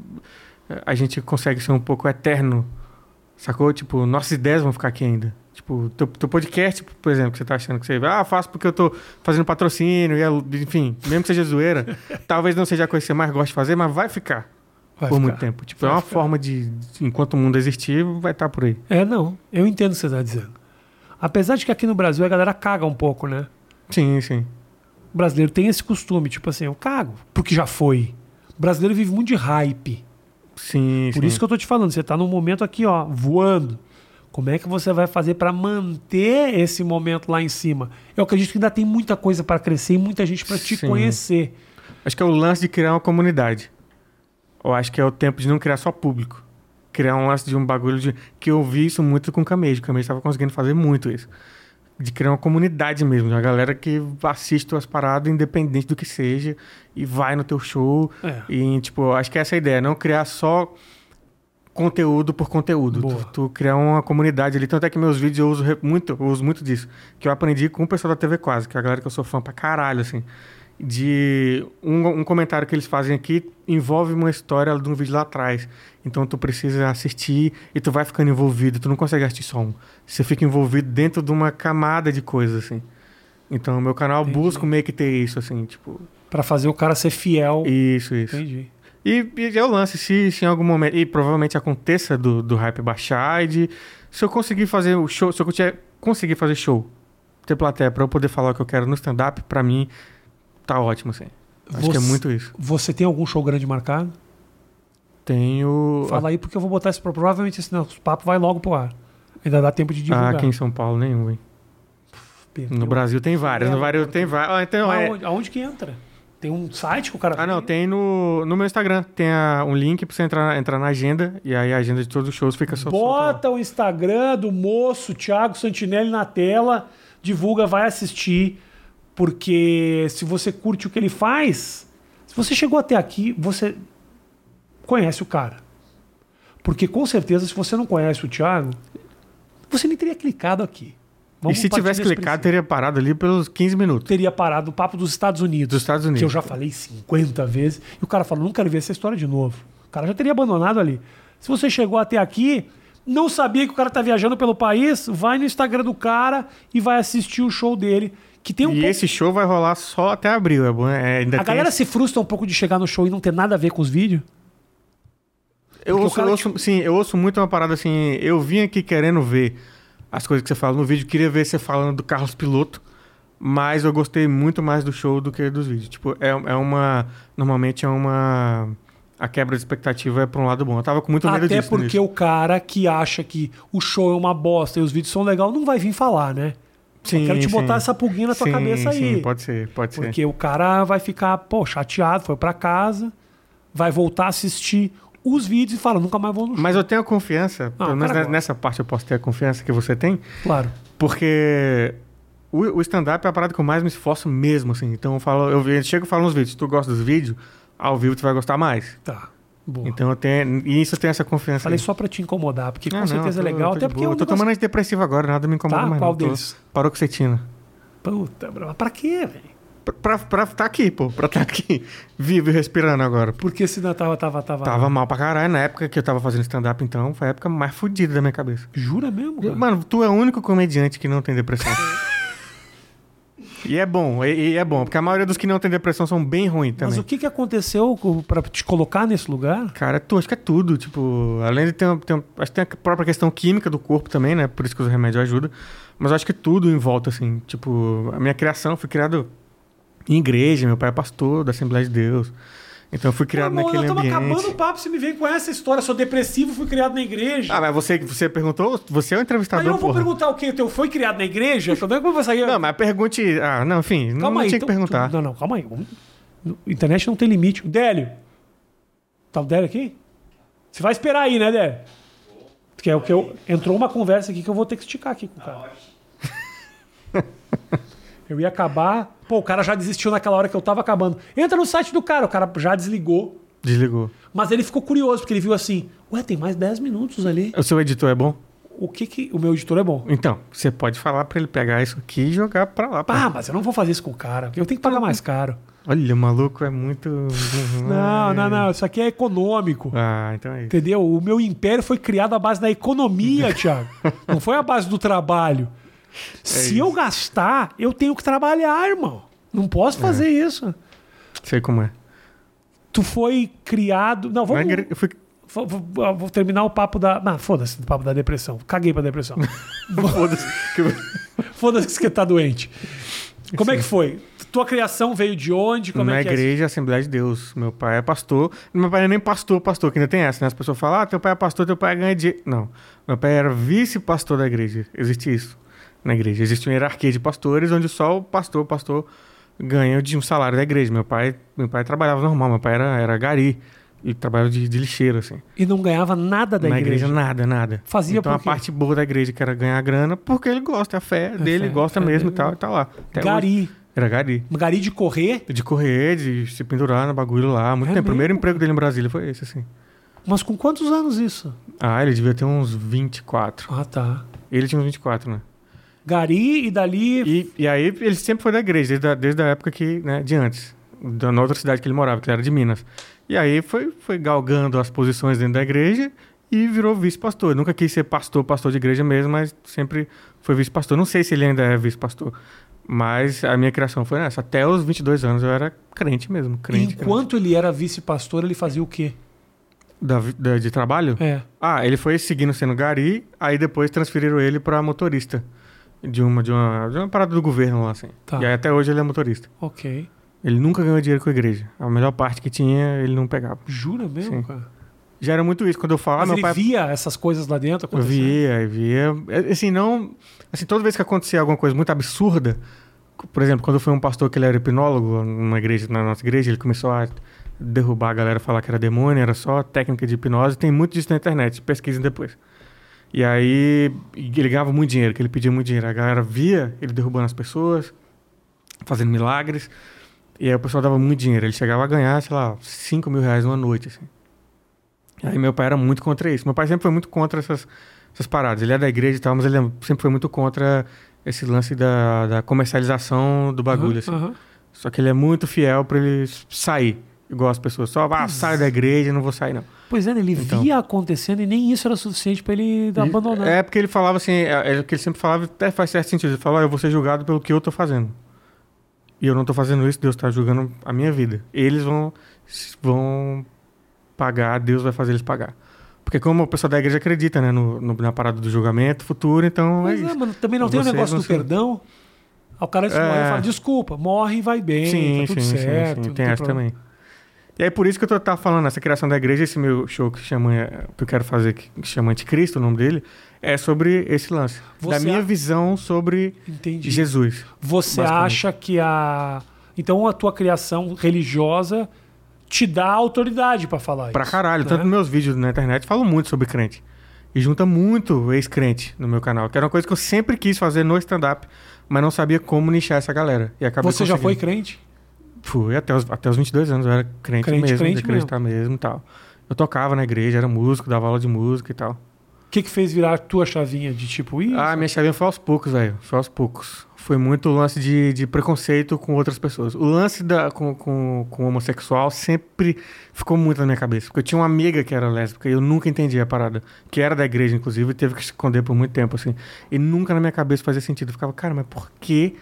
a gente consegue ser um pouco eterno, sacou? Tipo, nossas ideias vão ficar aqui ainda. Tipo, teu podcast, por exemplo, que você tá achando que você... faço porque eu tô fazendo patrocínio, enfim, mesmo que seja zoeira, talvez não seja a coisa que você mais gosta de fazer, mas vai ficar. Muito tempo. Tipo, é uma forma de... Enquanto o mundo existir, vai estar por aí. Não. Eu entendo o que você está dizendo. Apesar de que aqui no Brasil a galera caga um pouco, né? Sim. O brasileiro tem esse costume. Tipo assim, eu cago. Porque já foi. O brasileiro vive muito de hype. Sim. Por isso que eu tô te falando. Você tá num momento aqui, ó, voando. Como é que você vai fazer para manter esse momento lá em cima? Eu acredito que ainda tem muita coisa para crescer e muita gente para te conhecer. Acho que é o lance de criar uma comunidade. Eu acho que é o tempo de não criar só público. Criar um lance de um bagulho de... Que eu vi isso muito com o Camejo. O Camejo estava conseguindo fazer muito isso. De criar uma comunidade mesmo. Uma galera que assiste tuas paradas, independente do que seja. E vai no teu show. E, tipo, acho que essa é a ideia. Não criar só conteúdo por conteúdo. Tu criar uma comunidade ali. Tanto é que meus vídeos eu uso muito disso. Que eu aprendi com o pessoal da TV Quase. Que é a galera que eu sou fã pra caralho, assim. De um comentário que eles fazem aqui envolve uma história de um vídeo lá atrás. Então tu precisa assistir e tu vai ficando envolvido. Tu não consegue assistir só um. Você fica envolvido dentro de uma camada de coisas, assim. Então o meu canal busca meio que ter isso, assim, tipo... Pra fazer o cara ser fiel. Isso. Entendi. E é o lance, se em algum momento... E provavelmente aconteça do hype baixar e se eu conseguir fazer o show... Se eu conseguir fazer show, ter plateia pra eu poder falar o que eu quero no stand-up, pra mim... Tá ótimo, assim. Acho que é muito isso. Você tem algum show grande marcado? Tenho... Fala aí, porque eu vou botar esse... Provavelmente esse nosso papo vai logo pro ar. Ainda dá tempo de divulgar. Aqui em São Paulo, nenhum, hein? No Brasil tem várias. No Brasil tem várias. Então, aonde que entra? Tem um site que o cara... não. Tem no meu Instagram. Tem um link pra você entrar na agenda. E aí a agenda de todos os shows fica só... Bota o Instagram do moço Thiago Santinelli na tela. Divulga, vai assistir... Porque se você curte o que ele faz, se você chegou até aqui, você conhece o cara. Porque com certeza, se você não conhece o Thiago, você nem teria clicado aqui. E se tivesse clicado, teria parado ali pelos 15 minutos. Teria parado o papo dos Estados Unidos. Dos Estados Unidos. Que eu já falei 50 vezes. E o cara falou, não quero ver essa história de novo. O cara já teria abandonado ali. Se você chegou até aqui, não sabia que o cara tá viajando pelo país, vai no Instagram do cara e vai assistir o show dele. Que tem esse show vai rolar só até abril. A galera se frustra um pouco de chegar no show e não ter nada a ver com os vídeos? Eu ouço muito uma parada assim. Eu vim aqui querendo ver as coisas que você fala no vídeo. Queria ver você falando do Carlos Piloto. Mas eu gostei muito mais do show do que dos vídeos. Tipo, normalmente é uma a quebra de expectativa é pra um lado bom. Eu tava com muito medo Até disso. porque o cara que acha que o show é uma bosta e os vídeos são legais não vai vir falar, né? Sim, Eu quero te sim. botar essa pulguinha na tua cabeça aí. Sim, pode ser. Porque o cara vai ficar, pô, chateado, foi pra casa, vai voltar a assistir os vídeos e fala, nunca mais vou no show. Mas eu tenho a confiança, pelo menos cara, gosta. nessa parte eu posso ter a confiança que você tem, Claro. porque o stand-up é a parada que eu mais me esforço mesmo, assim. Então eu chego e falo nos vídeos, se tu gosta dos vídeos, ao vivo tu vai gostar mais. Tá. Boa. Então eu tenho, e isso eu tenho essa confiança. Falei aí. só pra te incomodar, porque com Ah, certeza não, é legal. tô Até de porque boa. o Eu tô negócio... tomando antidepressivo agora, nada me incomoda Tá, mais. qual não. deles? Paroxetina. Puta, mas pra quê, velho? Pra tá aqui, pô. Pra tá aqui, vivo e respirando agora. Porque se não tava... Tava mal pra caralho. Na época que eu tava fazendo stand-up, então, foi a época mais fodida da minha cabeça. Jura mesmo, cara? Mano, tu é o único comediante que não tem depressão. E é bom, porque a maioria dos que não tem depressão são bem ruins também. Mas o que aconteceu pra te colocar nesse lugar? Cara, acho que é tudo, tipo, além de acho que tem a própria questão química do corpo também, né? Por isso que os remédios ajudam. Mas eu acho que tudo em volta, assim, tipo, a minha criação, fui criado em igreja, meu pai é pastor da Assembleia de Deus. Então eu fui criado naquele nós ambiente. estamos acabando o papo, você me vem com essa história, sou depressivo, fui criado na igreja. Ah, mas você perguntou? Você é o Aí entrevistador, eu vou porra. perguntar o quê? Eu fui criado na igreja? Como é que eu vou sair? Não, mas pergunte... Ah, não, enfim, não tinha que perguntar. Não, calma aí. Internet não tem limite. Délio. Tá o Délio aqui? Você vai esperar aí, né, Délio? Porque é o que entrou uma conversa aqui que eu vou ter que esticar aqui com o cara. Eu ia acabar... Pô, o cara já desistiu naquela hora que eu tava acabando. Entra no site do cara, o cara já desligou. Desligou. Mas ele ficou curioso, porque ele viu assim... Ué, tem mais 10 minutos ali. O seu editor é bom? O meu editor é bom. Então, você pode falar pra ele pegar isso aqui e jogar pra lá. pô. Ah, mas eu não vou fazer isso com o cara. Eu tenho que pagar mais caro. Olha, o maluco é muito... Não. Isso aqui é econômico. Ah, então é isso. Entendeu? O meu império foi criado à base da economia, Thiago. Não foi à base do trabalho. Se eu gastar, eu tenho que trabalhar, irmão. Não posso fazer isso. Sei como é. Tu foi criado... Não, vamos... Eu fui... Vou terminar o papo da... Não, foda-se o papo da depressão. Caguei pra depressão. Foda-se. Foda-se que tá doente. Como é que foi? Tua criação veio de onde? Como Na é que igreja Assembleia de Deus. Meu pai é pastor. Meu pai não é nem pastor, que ainda tem essa, né? As pessoas falam, teu pai é pastor, teu pai ganha dinheiro. Não. Meu pai era vice-pastor da igreja. Existe isso na igreja. Existe uma hierarquia de pastores onde só o pastor ganha de um salário da igreja. Meu pai trabalhava normal. Meu pai era gari. E trabalhava de lixeiro, assim. E não ganhava nada da igreja? Na igreja, nada. Fazia então, por quê? a parte boa da igreja, que era ganhar grana, porque ele gosta, é a fé dele, gosta mesmo e tal, e tá lá. Até Gari. hoje. Era gari. Gari de correr? De correr, de se pendurar no bagulho lá. Muito tempo. O primeiro emprego dele em Brasília foi esse, assim. Mas com quantos anos isso? Ah, ele devia ter uns 24. Ah, tá. Ele tinha uns 24, né? Gari e dali... E aí ele sempre foi da igreja, desde a época que, né, de antes. Na outra cidade que ele morava, que era de Minas. E aí foi galgando as posições dentro da igreja e virou vice-pastor. Nunca quis ser pastor de igreja mesmo, mas sempre foi vice-pastor. Não sei se ele ainda é vice-pastor, mas a minha criação foi nessa. Até os 22 anos eu era crente mesmo. Enquanto ele era vice-pastor, ele fazia o quê? De trabalho? É. Ah, ele foi seguindo sendo gari, aí depois transferiram ele para motorista. De uma parada do governo lá, assim. Tá. E aí até hoje ele é motorista. Ok. Ele nunca ganhou dinheiro com a igreja. A melhor parte que tinha, ele não pegava. Jura mesmo, Sim. cara? Já era muito isso. Quando eu falava, Mas meu ele pai... via essas coisas lá dentro Eu acontecendo? via. Assim, não... Assim, toda vez que acontecia alguma coisa muito absurda, por exemplo, quando foi um pastor que ele era hipnólogo na nossa igreja, ele começou a derrubar a galera, falar que era demônio, era só técnica de hipnose. Tem muito disso na internet, pesquisem depois. E aí, ele ganhava muito dinheiro, que ele pedia muito dinheiro. A galera via ele derrubando as pessoas, fazendo milagres. E aí o pessoal dava muito dinheiro. Ele chegava a ganhar, sei lá, 5 mil reais numa noite, assim. Aí meu pai era muito contra isso. Meu pai sempre foi muito contra essas paradas. Ele é da igreja e tal, mas ele sempre foi muito contra esse lance da comercialização do bagulho, assim. Só que ele é muito fiel pra ele sair. Igual as pessoas. Só, saio da igreja, não vou sair, não. Pois é, ele Então, via acontecendo e nem isso era suficiente pra ele abandonar. É porque ele falava assim, o que ele sempre falava até faz certo sentido. Ele falava, eu vou ser julgado pelo que eu tô fazendo. E eu não tô fazendo isso, Deus tá julgando a minha vida. Eles vão pagar, Deus vai fazer eles pagar. Porque como o pessoal da igreja acredita, né, na parada do julgamento futuro, então Mas é isso. Mano, também não tem o negócio do perdão. O cara morre e fala, desculpa, morre e vai bem, tá tudo certo. Sim, tem essa também. E aí, por isso que eu tava falando, essa criação da igreja, esse meu show que eu quero fazer, que chama Anticristo, o nome dele, é sobre esse lance. Da minha visão sobre Jesus. Você acha que então a tua criação religiosa te dá autoridade pra falar isso? Pra caralho. Né? Tanto nos meus vídeos na internet falam muito sobre crente. E junta muito ex-crente no meu canal, que era uma coisa que eu sempre quis fazer no stand-up, mas não sabia como nichar essa galera. E acabei Você já foi crente? Fui, até os 22 anos eu era crente mesmo, de acreditar mesmo e tal. Eu tocava na igreja, era músico, dava aula de música e tal. O que fez virar a tua chavinha de tipo isso? Minha chavinha foi aos poucos, velho. Foi aos poucos. Foi muito o lance de preconceito com outras pessoas. O lance com homossexual sempre ficou muito na minha cabeça. Porque eu tinha uma amiga que era lésbica e eu nunca entendi a parada. Que era da igreja, inclusive, e teve que esconder por muito tempo, assim. E nunca na minha cabeça fazia sentido. Eu ficava, cara, mas por que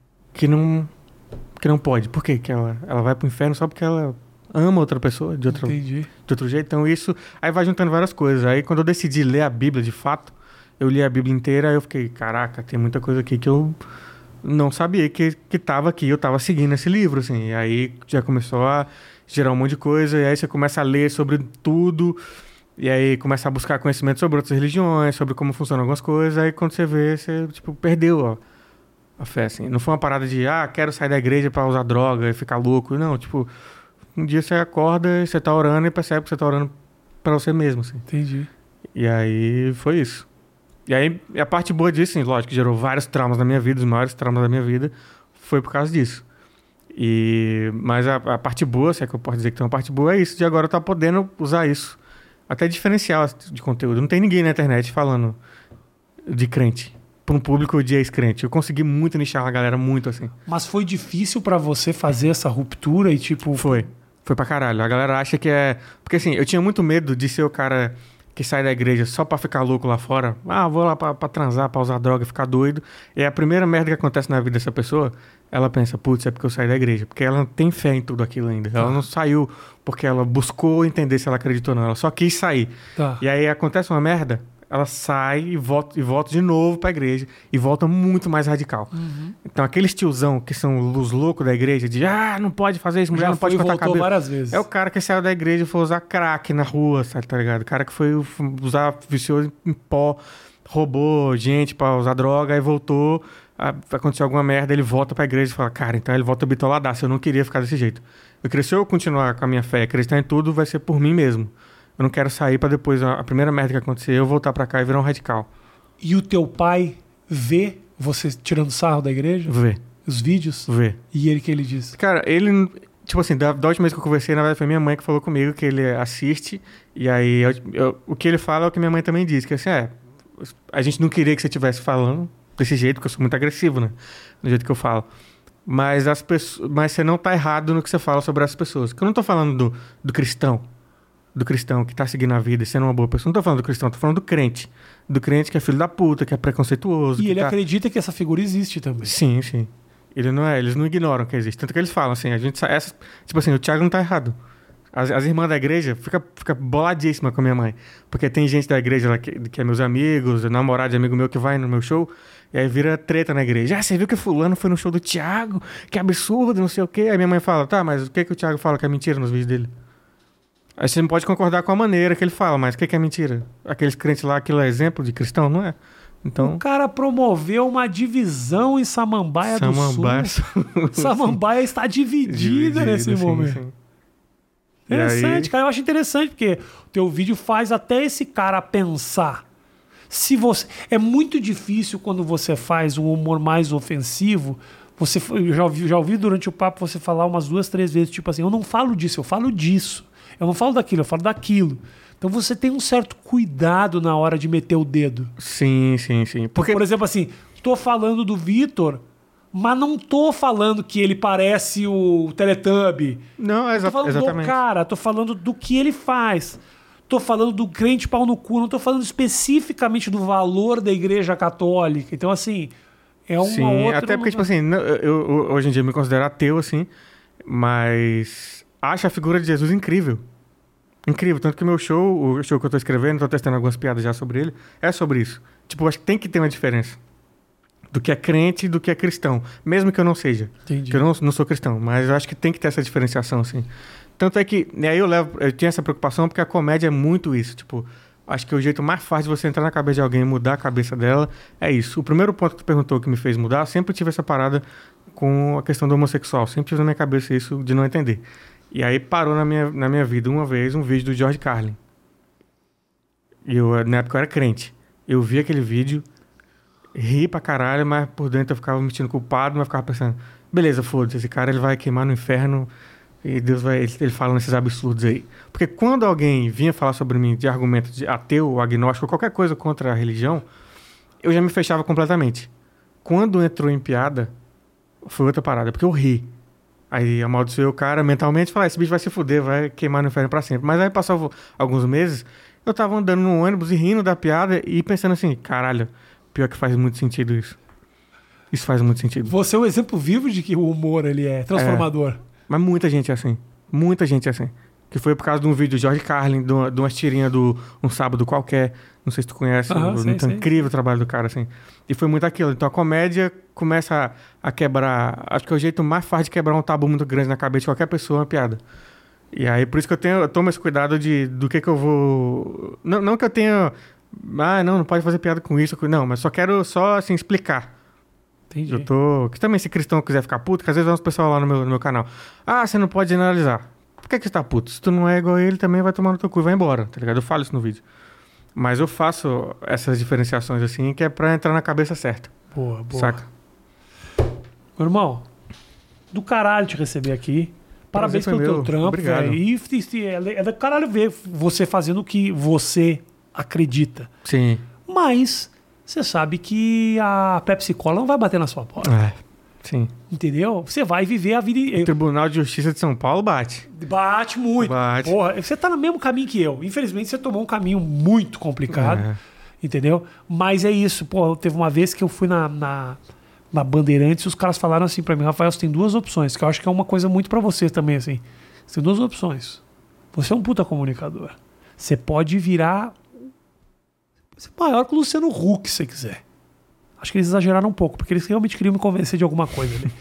não pode? Por que ela vai pro inferno só porque ela ama outra pessoa de outro jeito? Então isso... Aí vai juntando várias coisas. Aí quando eu decidi ler a Bíblia, de fato, eu li a Bíblia inteira, aí eu fiquei, caraca, tem muita coisa aqui que eu não sabia que tava aqui. Eu tava seguindo esse livro, assim. E aí já começou a gerar um monte de coisa. E aí você começa a ler sobre tudo. E aí começa a buscar conhecimento sobre outras religiões, sobre como funcionam algumas coisas. Aí quando você vê, você, tipo, perdeu, ó, a fé, assim. Não foi uma parada de, quero sair da igreja pra usar droga e ficar louco. Não, tipo, um dia você acorda, você tá orando e percebe que você tá orando pra você mesmo, assim. Entendi. E aí foi isso. E aí a parte boa disso, assim, lógico, gerou vários traumas na minha vida, os maiores traumas da minha vida, foi por causa disso. Mas a parte boa, se é que eu posso dizer que tem uma parte boa, é isso, de agora eu estar podendo usar isso. Até diferencial de conteúdo. Não tem ninguém na internet falando de crente. Para um público de ex-crente. Eu consegui muito nichar a galera, muito assim. Mas foi difícil para você fazer essa ruptura e tipo... Foi pra caralho. A galera acha que é... Porque assim, eu tinha muito medo de ser o cara que sai da igreja só pra ficar louco lá fora. Vou lá pra transar, pra usar droga, ficar doido. E a primeira merda que acontece na vida dessa pessoa, ela pensa, putz, é porque eu saí da igreja. Porque ela não tem fé em tudo aquilo ainda. Ela não saiu porque ela buscou entender se ela acreditou ou não. Ela só quis sair. E aí acontece uma merda... Ela sai e volta de novo pra igreja. E volta muito mais radical. Uhum. Então, aqueles tiozão que são os loucos da igreja, de não pode fazer isso, mulher não pode cortar cabelo. Várias vezes. É o cara que saiu da igreja e foi usar crack na rua, sabe, tá ligado? O cara que foi viciou em pó, roubou gente pra usar droga, aí voltou, aconteceu alguma merda, ele volta pra igreja e fala, cara, então ele volta bitoladaço, eu não queria ficar desse jeito. Se eu continuar com a minha fé, acreditar em tudo, vai ser por mim mesmo. Eu não quero sair pra depois, a primeira merda que acontecer, eu voltar pra cá e virar um radical. E o teu pai vê você tirando sarro da igreja? Vê. Os vídeos? Vê. E ele, que ele diz? Cara, ele... Tipo assim, da última vez que eu conversei, na verdade foi minha mãe que falou comigo, que ele assiste. E aí, o que ele fala é o que minha mãe também diz. Que assim, a gente não queria que você estivesse falando desse jeito, porque eu sou muito agressivo, né? Do jeito que eu falo. Mas você não tá errado no que você fala sobre as pessoas. Que eu não tô falando do cristão. Do cristão que tá seguindo a vida e sendo uma boa pessoa. Não tô falando do cristão, tô falando do crente. Do crente que é filho da puta, que é preconceituoso. E ele acredita que essa figura existe também. Sim, sim. Eles não ignoram que existe. Tanto que eles falam assim, tipo assim, o Thiago não tá errado. As irmãs da igreja fica boladíssima com a minha mãe. Porque tem gente da igreja lá que é meus amigos, namorado de amigo meu que vai no meu show, e aí vira treta na igreja. Você viu que fulano foi no show do Thiago? Que absurdo, não sei o quê. Aí minha mãe fala, tá, mas o que o Thiago fala que é mentira nos vídeos dele? Aí você não pode concordar com a maneira que ele fala, mas o que é mentira? Aqueles crentes lá, aquilo é exemplo de cristão, não é? Então... O cara promoveu uma divisão em Samambaia do Sul. Samambaia está dividida nesse momento. Sim. Interessante, aí... cara. Eu acho interessante, porque o teu vídeo faz até esse cara pensar. É muito difícil quando você faz um humor mais ofensivo. Eu já ouvi durante o papo você falar umas 2, 3 vezes, tipo assim, eu não falo disso, eu falo disso. Eu não falo daquilo, eu falo daquilo. Então você tem um certo cuidado na hora de meter o dedo. Sim. Porque, por exemplo, assim, tô falando do Vitor, mas não tô falando que ele parece o Teletubby. Não, exatamente. Tô falando do cara, tô falando do que ele faz. Tô falando do crente pau no cu, não tô falando especificamente do valor da igreja católica. Então, assim, é uma outra... Até porque, tipo assim, eu hoje em dia me considero ateu, assim, mas acho a figura de Jesus incrível. Incrível, tanto que o show que eu tô escrevendo, tô testando algumas piadas já sobre ele, é sobre isso. Tipo, acho que tem que ter uma diferença do que é crente e do que é cristão, mesmo que eu não seja. Entendi. Que eu não sou cristão, mas eu acho que tem que ter essa diferenciação, assim. Tanto é que... E aí eu tinha essa preocupação porque a comédia é muito isso. Tipo, acho que o jeito mais fácil de você entrar na cabeça de alguém e mudar a cabeça dela é isso. O primeiro ponto que tu perguntou que me fez mudar, sempre tive essa parada com a questão do homossexual. Sempre tive na minha cabeça isso de não entender. E aí parou na minha vida uma vez um vídeo do George Carlin. E na época eu era crente. Eu vi aquele vídeo, ri pra caralho, mas por dentro eu ficava me sentindo culpado, mas ficava pensando, beleza, foda-se, esse cara ele vai queimar no inferno e Deus vai... Ele fala nesses absurdos aí. Porque quando alguém vinha falar sobre mim de argumento de ateu ou agnóstico, qualquer coisa contra a religião, eu já me fechava completamente. Quando entrou em piada, foi outra parada, porque eu ri. Aí amaldiçoei o cara mentalmente e falei, esse bicho vai se fuder, vai queimar no inferno pra sempre. Mas aí passou alguns meses, eu tava andando no ônibus e rindo da piada e pensando assim, caralho, pior que faz muito sentido isso. Isso faz muito sentido. Você é um exemplo vivo de que o humor ele é transformador. Mas muita gente é assim. Muita gente é assim. Que foi por causa de um vídeo do George Carlin, de umas tirinhas do Um Sábado Qualquer. Não sei se tu conhece. Incrível o trabalho do cara, assim. E foi muito aquilo. Então a comédia começa a quebrar... Acho que é o jeito mais fácil de quebrar um tabu muito grande na cabeça de qualquer pessoa, uma piada. E aí, por isso que eu tomo esse cuidado do que eu vou... Não que eu tenha... não pode fazer piada com isso. Não, mas só quero assim, explicar. Entendi. Que também, se cristão quiser ficar puto, que às vezes vem uns pessoal lá no meu canal. Você não pode generalizar. Por que você tá puto? Se tu não é igual a ele, também vai tomar no teu cu e vai embora, tá ligado? Eu falo isso no vídeo. Mas eu faço essas diferenciações assim, que é pra entrar na cabeça certa. Boa, boa. Saca? Meu irmão, do caralho te receber aqui. Parabéns pelo teu trampo, obrigado. velho. E é do caralho ver você fazendo o que você acredita. Sim. Mas você sabe que a Pepsi Cola não vai bater na sua porta. Sim. Entendeu? Você vai viver a vida... O Tribunal de Justiça de São Paulo bate. Bate muito. Bate. Porra, você tá no mesmo caminho que eu. Infelizmente, você tomou um caminho muito complicado. Entendeu? Mas é isso. Pô, teve uma vez que eu fui na Bandeirantes e os caras falaram assim pra mim, Rafael, você tem duas opções, que eu acho que é uma coisa muito pra você também, assim. Você tem duas opções. Você é um puta comunicador. Você pode virar... Você é maior que o Luciano Huck, se você quiser. Acho que eles exageraram um pouco, porque eles realmente queriam me convencer de alguma coisa ali.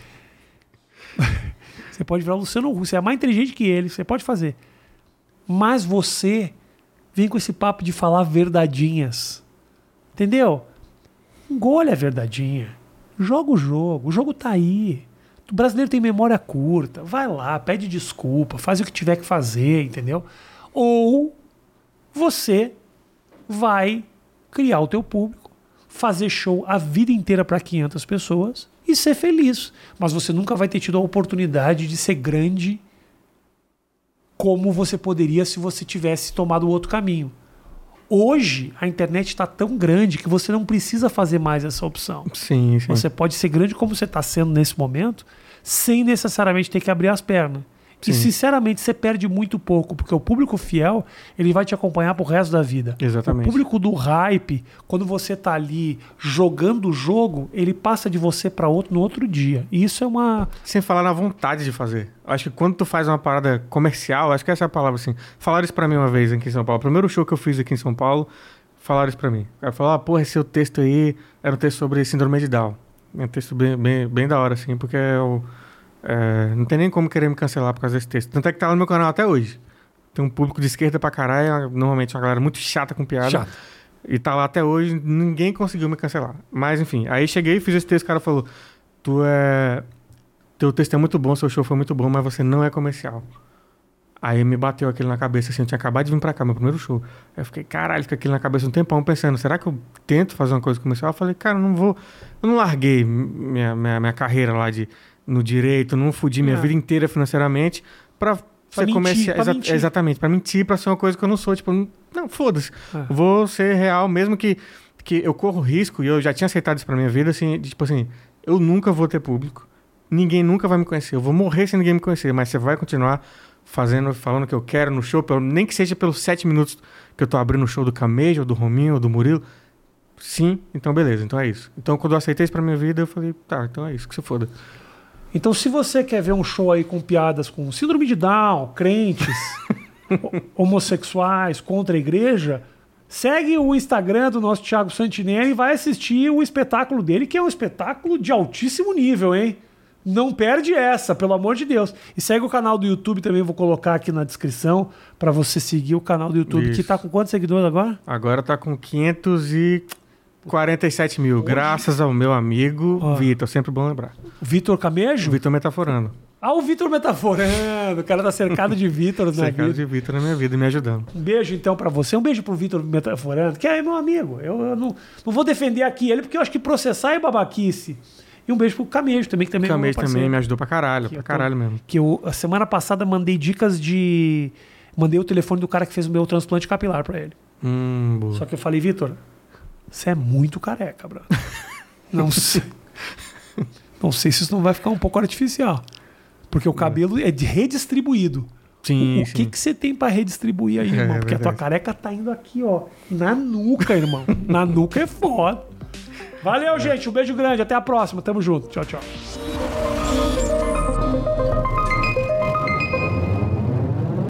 Você pode virar o Luciano Huck, você é mais inteligente que ele, você pode fazer. Mas você vem com esse papo de falar verdadinhas. Entendeu? Engole a verdadinha. Joga o jogo tá aí. O brasileiro tem memória curta. Vai lá, pede desculpa, faz o que tiver que fazer, entendeu? Ou você vai criar o teu público, fazer show a vida inteira para 500 pessoas e ser feliz. Mas você nunca vai ter tido a oportunidade de ser grande como você poderia se você tivesse tomado o outro caminho. Hoje, a internet está tão grande que você não precisa fazer mais essa opção. Sim, sim. Você pode ser grande como você está sendo nesse momento, sem necessariamente ter que abrir as pernas. Sim. E, sinceramente, você perde muito pouco, porque o público fiel, ele vai te acompanhar pro resto da vida. Exatamente. O público do hype, quando você tá ali jogando o jogo, ele passa de você para outro no outro dia. E isso é uma... Sem falar na vontade de fazer. Acho que quando tu faz uma parada comercial, acho que essa é a palavra, assim. Falaram isso pra mim uma vez aqui em São Paulo. O primeiro show que eu fiz aqui em São Paulo, falaram isso pra mim. O cara falou, porra, esse seu texto aí era um texto sobre síndrome de Down. É um texto bem da hora, assim, porque não tem nem como querer me cancelar por causa desse texto. Tanto é que tá lá no meu canal até hoje. Tem um público de esquerda pra caralho, normalmente uma galera muito chata com piada. Chato. E tá lá até hoje, ninguém conseguiu me cancelar. Mas enfim, aí cheguei, fiz esse texto, o cara falou, teu texto é muito bom, seu show foi muito bom, mas você não é comercial. Aí me bateu aquilo na cabeça, assim, eu tinha acabado de vir pra cá, meu primeiro show. Aí eu fiquei, caralho, fica aquilo na cabeça um tempão, pensando, será que eu tento fazer uma coisa comercial? Eu falei, cara, eu não larguei minha carreira lá no direito, não fudi minha vida inteira financeiramente pra ser comercial. Exatamente, pra mentir, pra ser uma coisa que eu não sou. Tipo, não, foda-se. Vou ser real, mesmo que eu corro risco, e eu já tinha aceitado isso pra minha vida, assim, tipo assim, eu nunca vou ter público, ninguém nunca vai me conhecer, eu vou morrer sem ninguém me conhecer, mas você vai continuar falando o que eu quero no show, nem que seja pelos 7 minutos que eu tô abrindo o show do Camejo, ou do Rominho, ou do Murilo. Sim, então beleza, então é isso. Então quando eu aceitei isso pra minha vida, eu falei, tá, então é isso, que se foda. Então, se você quer ver um show aí com piadas com síndrome de Down, crentes, homossexuais, contra a igreja, segue o Instagram do nosso Thiago Santinelli e vai assistir o espetáculo dele, que é um espetáculo de altíssimo nível, hein? Não perde essa, pelo amor de Deus. E segue o canal do YouTube também, vou colocar aqui na descrição pra você seguir o canal do YouTube, que tá com quantos seguidores agora? Agora tá com 547 mil, graças ao meu amigo Vitor, sempre bom lembrar. Vitor Camejo? Vitor Metaforando. Ah, o Vitor Metaforando. O cara tá cercado de Vitor na Cercado vida. de Vitor na minha vida, me ajudando. Um beijo, então, pra você. Um beijo pro Vitor Metaforando, que é meu amigo. Eu não vou defender aqui ele, porque eu acho que processar é babaquice. E um beijo pro Camejo também, que também O Camejo é meu parceiro. também me ajudou pra caralho, mesmo. Que eu, a semana passada, mandei dicas de... Mandei o telefone do cara que fez o meu transplante capilar pra ele. Boa. Só que eu falei, Vitor, você é muito careca, brother. Não sei. Não sei se isso não vai ficar um pouco artificial. Porque o cabelo é redistribuído. Sim, O que você tem pra redistribuir aí, irmão? Porque a tua verdade. careca tá indo aqui, ó. Na nuca, irmão. Na nuca é foda. Valeu, gente. Um beijo grande. Até a próxima. Tamo junto. Tchau, tchau.